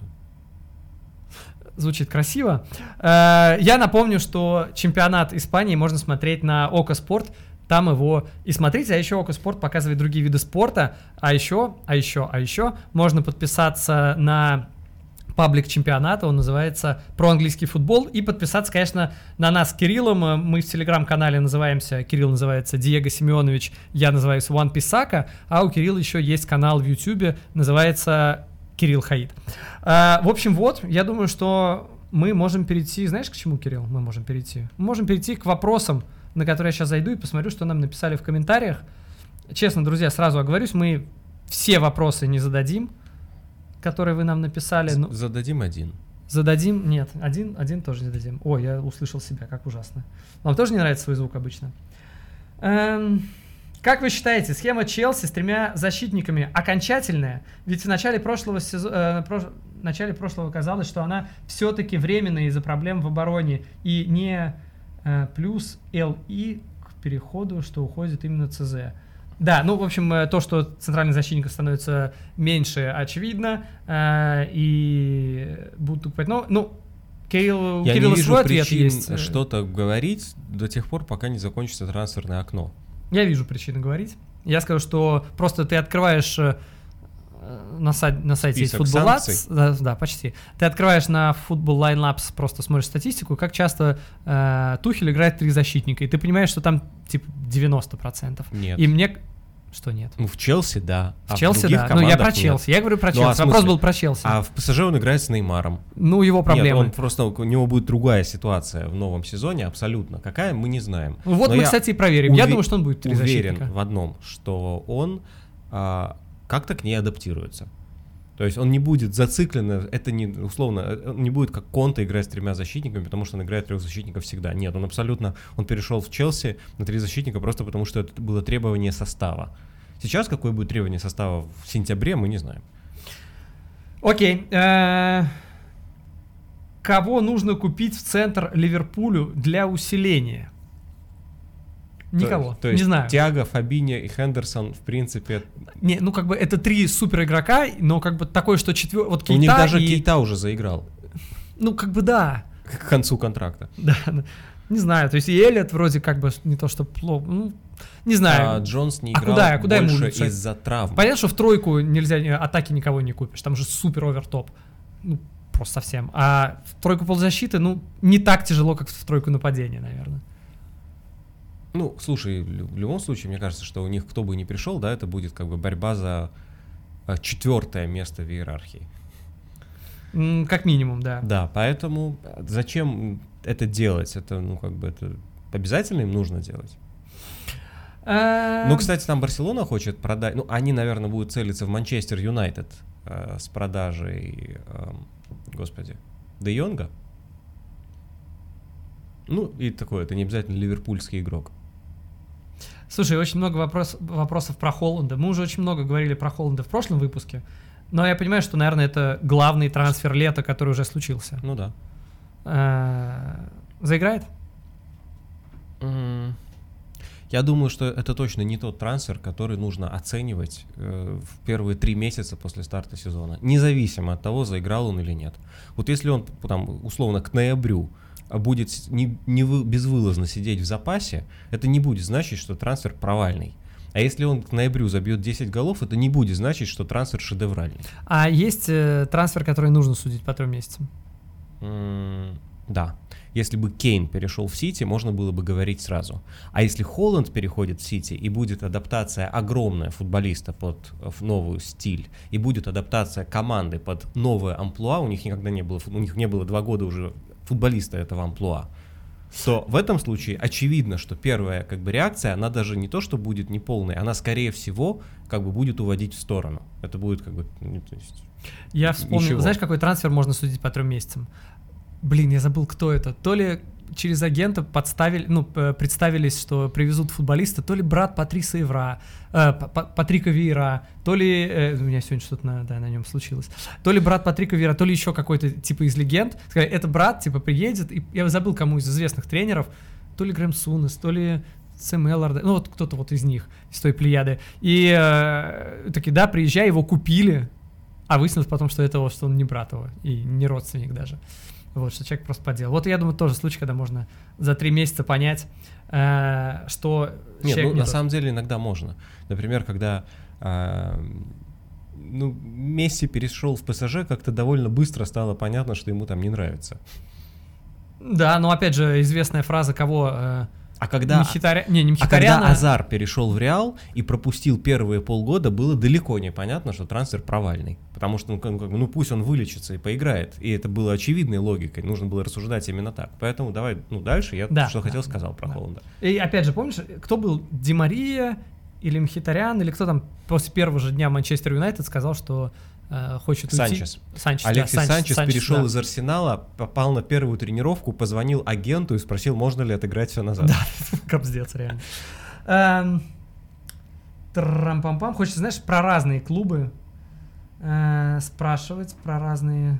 Звучит красиво. Я напомню, что чемпионат Испании можно смотреть на Око Спорт. Там его и смотрите, а еще Око Спорт показывает другие виды спорта. А еще, а еще, а еще можно подписаться на паблик чемпионата, он называется «Про английский футбол», и подписаться, конечно, на нас с Кириллом. Мы в телеграм-канале называемся, Кирилл называется Диего Семенович, я называюсь One Писака, а у Кирилла еще есть канал в Ютубе, называется Кирилл Хаид. А, в общем, вот, я думаю, что мы можем перейти, знаешь, к чему, Кирилл, мы можем перейти? Мы можем перейти к вопросам, на которые я сейчас зайду и посмотрю, что нам написали в комментариях. Честно, друзья, сразу оговорюсь, мы все вопросы не зададим, которые вы нам написали. Ну, зададим один. Зададим? Нет, один, один тоже не дадим. Ой, я услышал себя, как ужасно. Вам тоже не нравится свой звук обычно? Эм, как вы считаете, схема Челси с тремя защитниками окончательная? Ведь в начале прошлого сезона, э, прош... в начале прошлого казалось, что она все-таки временная из-за проблем в обороне и не э, плюс эл и к переходу, что уходит именно ЦЗ. Да, ну, в общем, то, что центральных защитников становится меньше, очевидно, э, и будут покупать. Но, ну, Кирилл, Я Кирилла не вижу свой ответ причин есть. что-то говорить до тех пор, пока не закончится трансферное окно. Я вижу причины говорить. Я скажу, что просто ты открываешь на, сайт, на сайте есть Football Labs, да, да, почти. Ты открываешь на Football Line Labs, просто смотришь статистику, как часто э, Тухель играет три защитника, и ты понимаешь, что там типа девяносто процентов. Нет. И мне... Что нет? Ну, в Челси, да. В а Челси, в других да. Ну, я про командах Челси. нет. Я говорю про Ну, а Челси. в Вопрос смысле? был про Челси. А в ПСЖ он играет с Неймаром. Ну, его проблемы. Нет, он просто, у него будет другая ситуация в новом сезоне, абсолютно. Какая, мы не знаем. Вот Но мы, я кстати, и проверим. Я уве- думаю, что он будет три уверен защитника. в одном, что он а, как-то к ней адаптируется. То есть он не будет зациклен, это не, условно, он не будет как Конте играть с тремя защитниками, потому что он играет трех защитников всегда. Нет, он абсолютно, он перешел в Челси на три защитника просто потому, что это было требование состава. Сейчас какое будет требование состава в сентябре, мы не знаем. Окей. Э, Кого нужно купить в центр Ливерпулю для усиления? Никого. То, то есть не знаю. Тиаго, Фабиньо и Хендерсон, в принципе... Не, ну как бы это три супер игрока, но как бы такое, что четвертый... Вот Кейта У них даже и... Кейта уже заиграл Ну как бы да. к концу контракта. Да, да. Не знаю, то есть и Эллиот вроде как бы не то, что плохо, ну, не знаю. А Джонс не А играл куда- куда ему больше улучшать? из-за травм. Понятно, что в тройку нельзя, э, атаки никого не купишь, там же супер овертоп. Ну, просто совсем. А в тройку полузащиты, ну, не так тяжело, как в тройку нападения, наверное. Ну, слушай, в в любом случае, мне кажется, что у них кто бы ни пришел, да, это будет как бы борьба за а, четвертое место в иерархии. М, Как минимум, да. Да, поэтому зачем это делать? Это, ну, как бы, это обязательно им нужно делать. А, Ну, кстати, там Барселона хочет продать, ну, они, наверное, будут целиться в Манчестер Юнайтед э, с продажей, э, господи, Де Йонга. Ну, и такое, это не обязательно ливерпульский игрок. Слушай, очень много вопрос, вопросов про Холланда. Мы уже очень много говорили про Холланда в прошлом выпуске, но я понимаю, что, наверное, это главный трансфер лета, который уже случился. Ну да. А, Заиграет? М, Я думаю, что это точно не тот трансфер, который нужно оценивать э, в первые три месяца после старта сезона, независимо от того, заиграл он или нет. Вот если он там условно к ноябрю будет с- не, не вы- безвылазно сидеть в запасе, это не будет значить, что трансфер провальный. А если он к ноябрю забьет десять голов, это не будет значить, что трансфер шедевральный. А есть э, трансфер, который нужно судить по трем месяцам? М, Да. Если бы Кейн перешел в Сити, можно было бы говорить сразу. А если Холланд переходит в Сити, и будет адаптация огромная футболиста под э, в новый стиль, и будет адаптация команды под новое амплуа, у них никогда не было, фут- у них не было два года уже футболиста этого амплуа, то в этом случае очевидно, что первая как бы реакция, она даже не то, что будет неполной, она скорее всего как бы будет уводить в сторону. Это будет как бы... ну, то есть, Я вспомнил, ничего. знаешь, какой трансфер можно судить по трем месяцам? Блин, я забыл, кто это. То ли через агента подставили, ну, п- представились, что привезут футболиста, то ли брат Патриса Ивра, э, П- П- Патрика Вейра, то ли, э, у меня сегодня что-то на, да, на нем случилось, то ли брат Патрика Вейра, то ли еще какой-то типа из легенд. Сказали, это брат, типа, приедет, и я забыл, кому из известных тренеров, то ли Грэм Сунес, то ли Сэм Эллард, ну вот кто-то вот из них, из той плеяды. И э, такие, да, приезжай, его купили, а выяснилось потом, что это, что он не брат его, и не родственник даже. Вот, что человек просто подделал. Вот я думаю, тоже случай, когда можно за три месяца понять, э, что Нет, человек ну, не на тот. самом деле иногда можно. Например, когда а, ну, Месси перешел в ПСЖ, как-то довольно быстро стало понятно, что ему там не нравится. Да, но опять же, известная фраза, кого... Э, А когда, Мхитаря... Не, не а Мхитаряна... когда Азар перешел в Реал и пропустил первые полгода, было далеко не понятно, что трансфер провальный. Потому что, ну, как, бы, ну пусть он вылечится и поиграет. И это было очевидной логикой. Нужно было рассуждать именно так. Поэтому давай, ну, дальше я Да, что да, хотел сказал да, про да. Холланда. И опять же, помнишь, кто был? Ди Мария или Мхитарян, или кто там после первого же дня Манчестер Юнайтед сказал, что э, хочет уйти? Санчес. Санчес, да, Алексис Санчес, Санчес, Санчес, перешел да. из Арсенала, попал на первую тренировку, позвонил агенту и спросил, можно ли отыграть все назад. Да, капздец, реально. Эм, Трам-пам-пам. Хочется, знаешь, про разные клубы э, спрашивать, про разные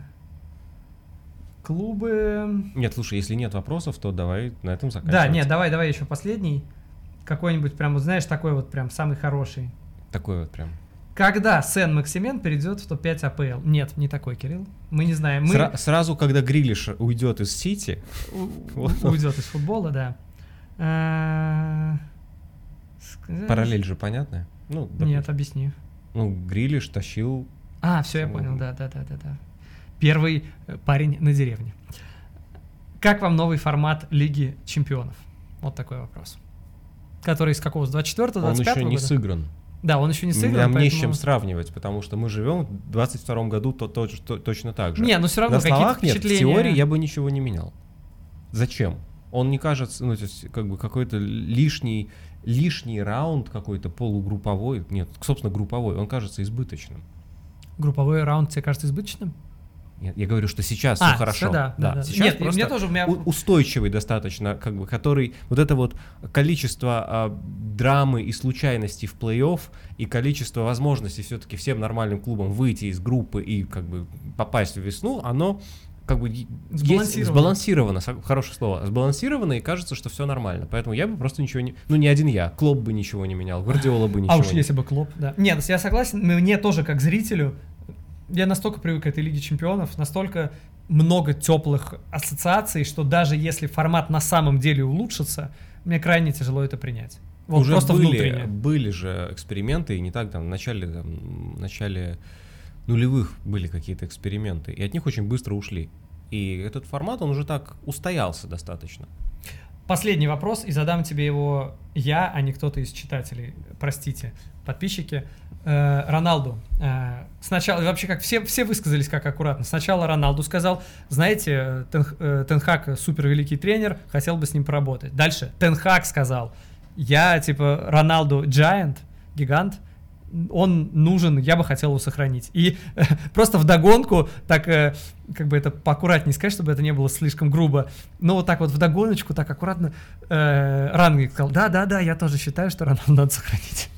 клубы. Нет, слушай, если нет вопросов, то давай на этом заканчивать. Да, нет, давай, давай еще последний. Какой-нибудь прям, вот знаешь, такой вот прям самый хороший. Такой вот прям. Когда Сен-Максимен перейдет в топ пять АПЛ? Нет, не такой, Кирилл. Мы не знаем. Мы... Сра- сразу, когда Грилиш уйдет из Сити, У- у- Уйдет из футбола, да. А, сказать- параллель же понятная? Ну, допустим. Нет, объясни. Ну, Грилиш тащил... А, все, я Ну, понял, да, да, да, да, да. Первый э, парень на деревне. Как вам новый формат Лиги Чемпионов? Вот такой вопрос. Который из какого? С двадцать четвёртого, Он двадцать пятого еще не года? сыгран. Да, он еще не сыгран, Нам поэтому... не с чем сравнивать, потому что мы живем в двадцать втором году то, то, то, точно так же. Не, но все равно На словах какие-то нет, впечатления... в теории я бы ничего не менял. Зачем? Он не кажется, ну, то есть, как бы какой-то лишний, лишний раунд какой-то полугрупповой, нет, собственно, групповой, он кажется избыточным. Групповой раунд тебе кажется избыточным? Нет, я говорю, что сейчас а, все хорошо. Да, да, да. Сейчас Нет, просто мне тоже, у меня... устойчивый достаточно, как бы, который вот это вот количество а, драмы и случайностей в плей-офф и количество возможностей все-таки всем нормальным клубам выйти из группы и как бы попасть в весну, оно как бы сбалансировано. Есть, сбалансировано, хорошее слово, сбалансировано, и кажется, что все нормально. Поэтому я бы просто ничего не... Ну, не один я. Клоп бы ничего не менял, Гвардиола бы ничего А уж не... если бы Клоп, да. Нет, я согласен, мне тоже как зрителю, я настолько привык к этой Лиге Чемпионов, настолько много теплых ассоциаций, что даже если формат на самом деле улучшится, мне крайне тяжело это принять. Вот Уже просто были, внутренне. были же эксперименты, и не так, там, в начале, там, в начале нулевых были какие-то эксперименты, и от них очень быстро ушли. И этот формат, он уже так устоялся достаточно. Последний вопрос, и задам тебе его я, а не кто-то из читателей. Простите, подписчики. Э, Роналду. Э, сначала, вообще, как все, все высказались как аккуратно. Сначала Роналду сказал, знаете, Тен, э, Тен Хаг супер великий тренер, хотел бы с ним поработать. Дальше Тен Хаг сказал, я, типа, Роналду giant, гигант, он нужен, я бы хотел его сохранить. И э, просто вдогонку, так, э, как бы это поаккуратнее сказать, чтобы это не было слишком грубо, но вот так вот вдогоночку, так аккуратно э, Рангник сказал, да-да-да, я тоже считаю, что Роналду надо сохранить.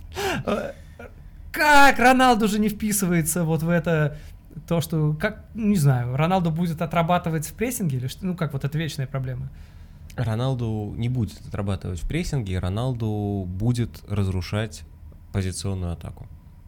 Как Роналду же не вписывается вот в это, то, что, как, не знаю, Роналду будет отрабатывать в прессинге или что, ну как вот это вечная проблема. Роналду не будет отрабатывать в прессинге, Роналду будет разрушать позиционную атаку.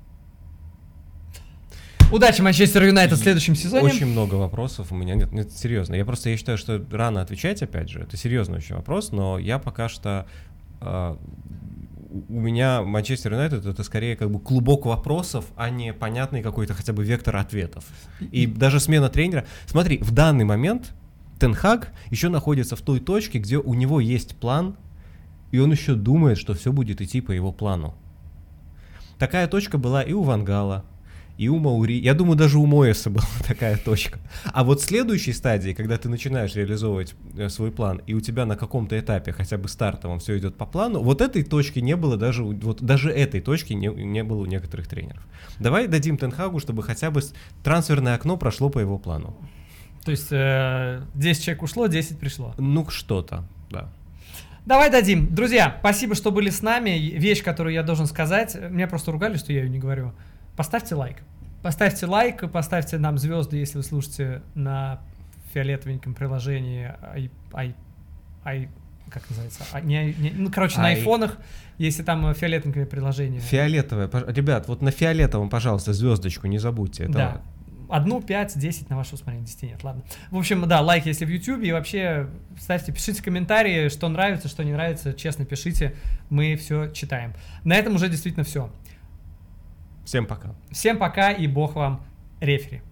Удачи Манчестер Юнайтед в следующем сезоне. Очень много вопросов у меня. Нет, нет, серьезно. Я просто я считаю, что рано отвечать, опять же. Это серьезный очень вопрос, но я пока что... Э, у меня Манчестер Юнайтед это скорее как бы клубок вопросов, а не понятный какой-то хотя бы вектор ответов. И даже смена тренера... Смотри, в данный момент Тен Хаг еще находится в той точке, где у него есть план, и он еще думает, что все будет идти по его плану. Такая точка была и у Ван Гала, и у Маури. Я думаю, даже у Моэса была такая точка. А вот в следующей стадии, когда ты начинаешь реализовывать свой план, и у тебя на каком-то этапе, хотя бы стартовом, все идет по плану, вот этой точки не было даже, вот даже этой точки не, не было у некоторых тренеров. Давай дадим Тен Хагу, чтобы хотя бы трансферное окно прошло по его плану. То есть э, десять человек ушло, десять пришло. Ну, что-то, да. Давай дадим. Друзья, спасибо, что были с нами. Вещь, которую я должен сказать, меня просто ругали, что я ее не говорю. Поставьте лайк. Поставьте лайк, поставьте нам звезды, если вы слушаете на фиолетовеньком приложении i, i, i, как называется? А, не, не, ну, короче, на айфонах, если там фиолетовенькое приложение. Фиолетовое. Ребят, вот на фиолетовом, пожалуйста, звездочку не забудьте. Это да. Одну, пять, десять на ваше усмотрение, десять нет, ладно. В общем, да, лайк, если в YouTube, и вообще ставьте, пишите комментарии, что нравится, что не нравится, честно пишите, мы все читаем. На этом уже действительно все. Всем пока. Всем пока и бог вам рефери.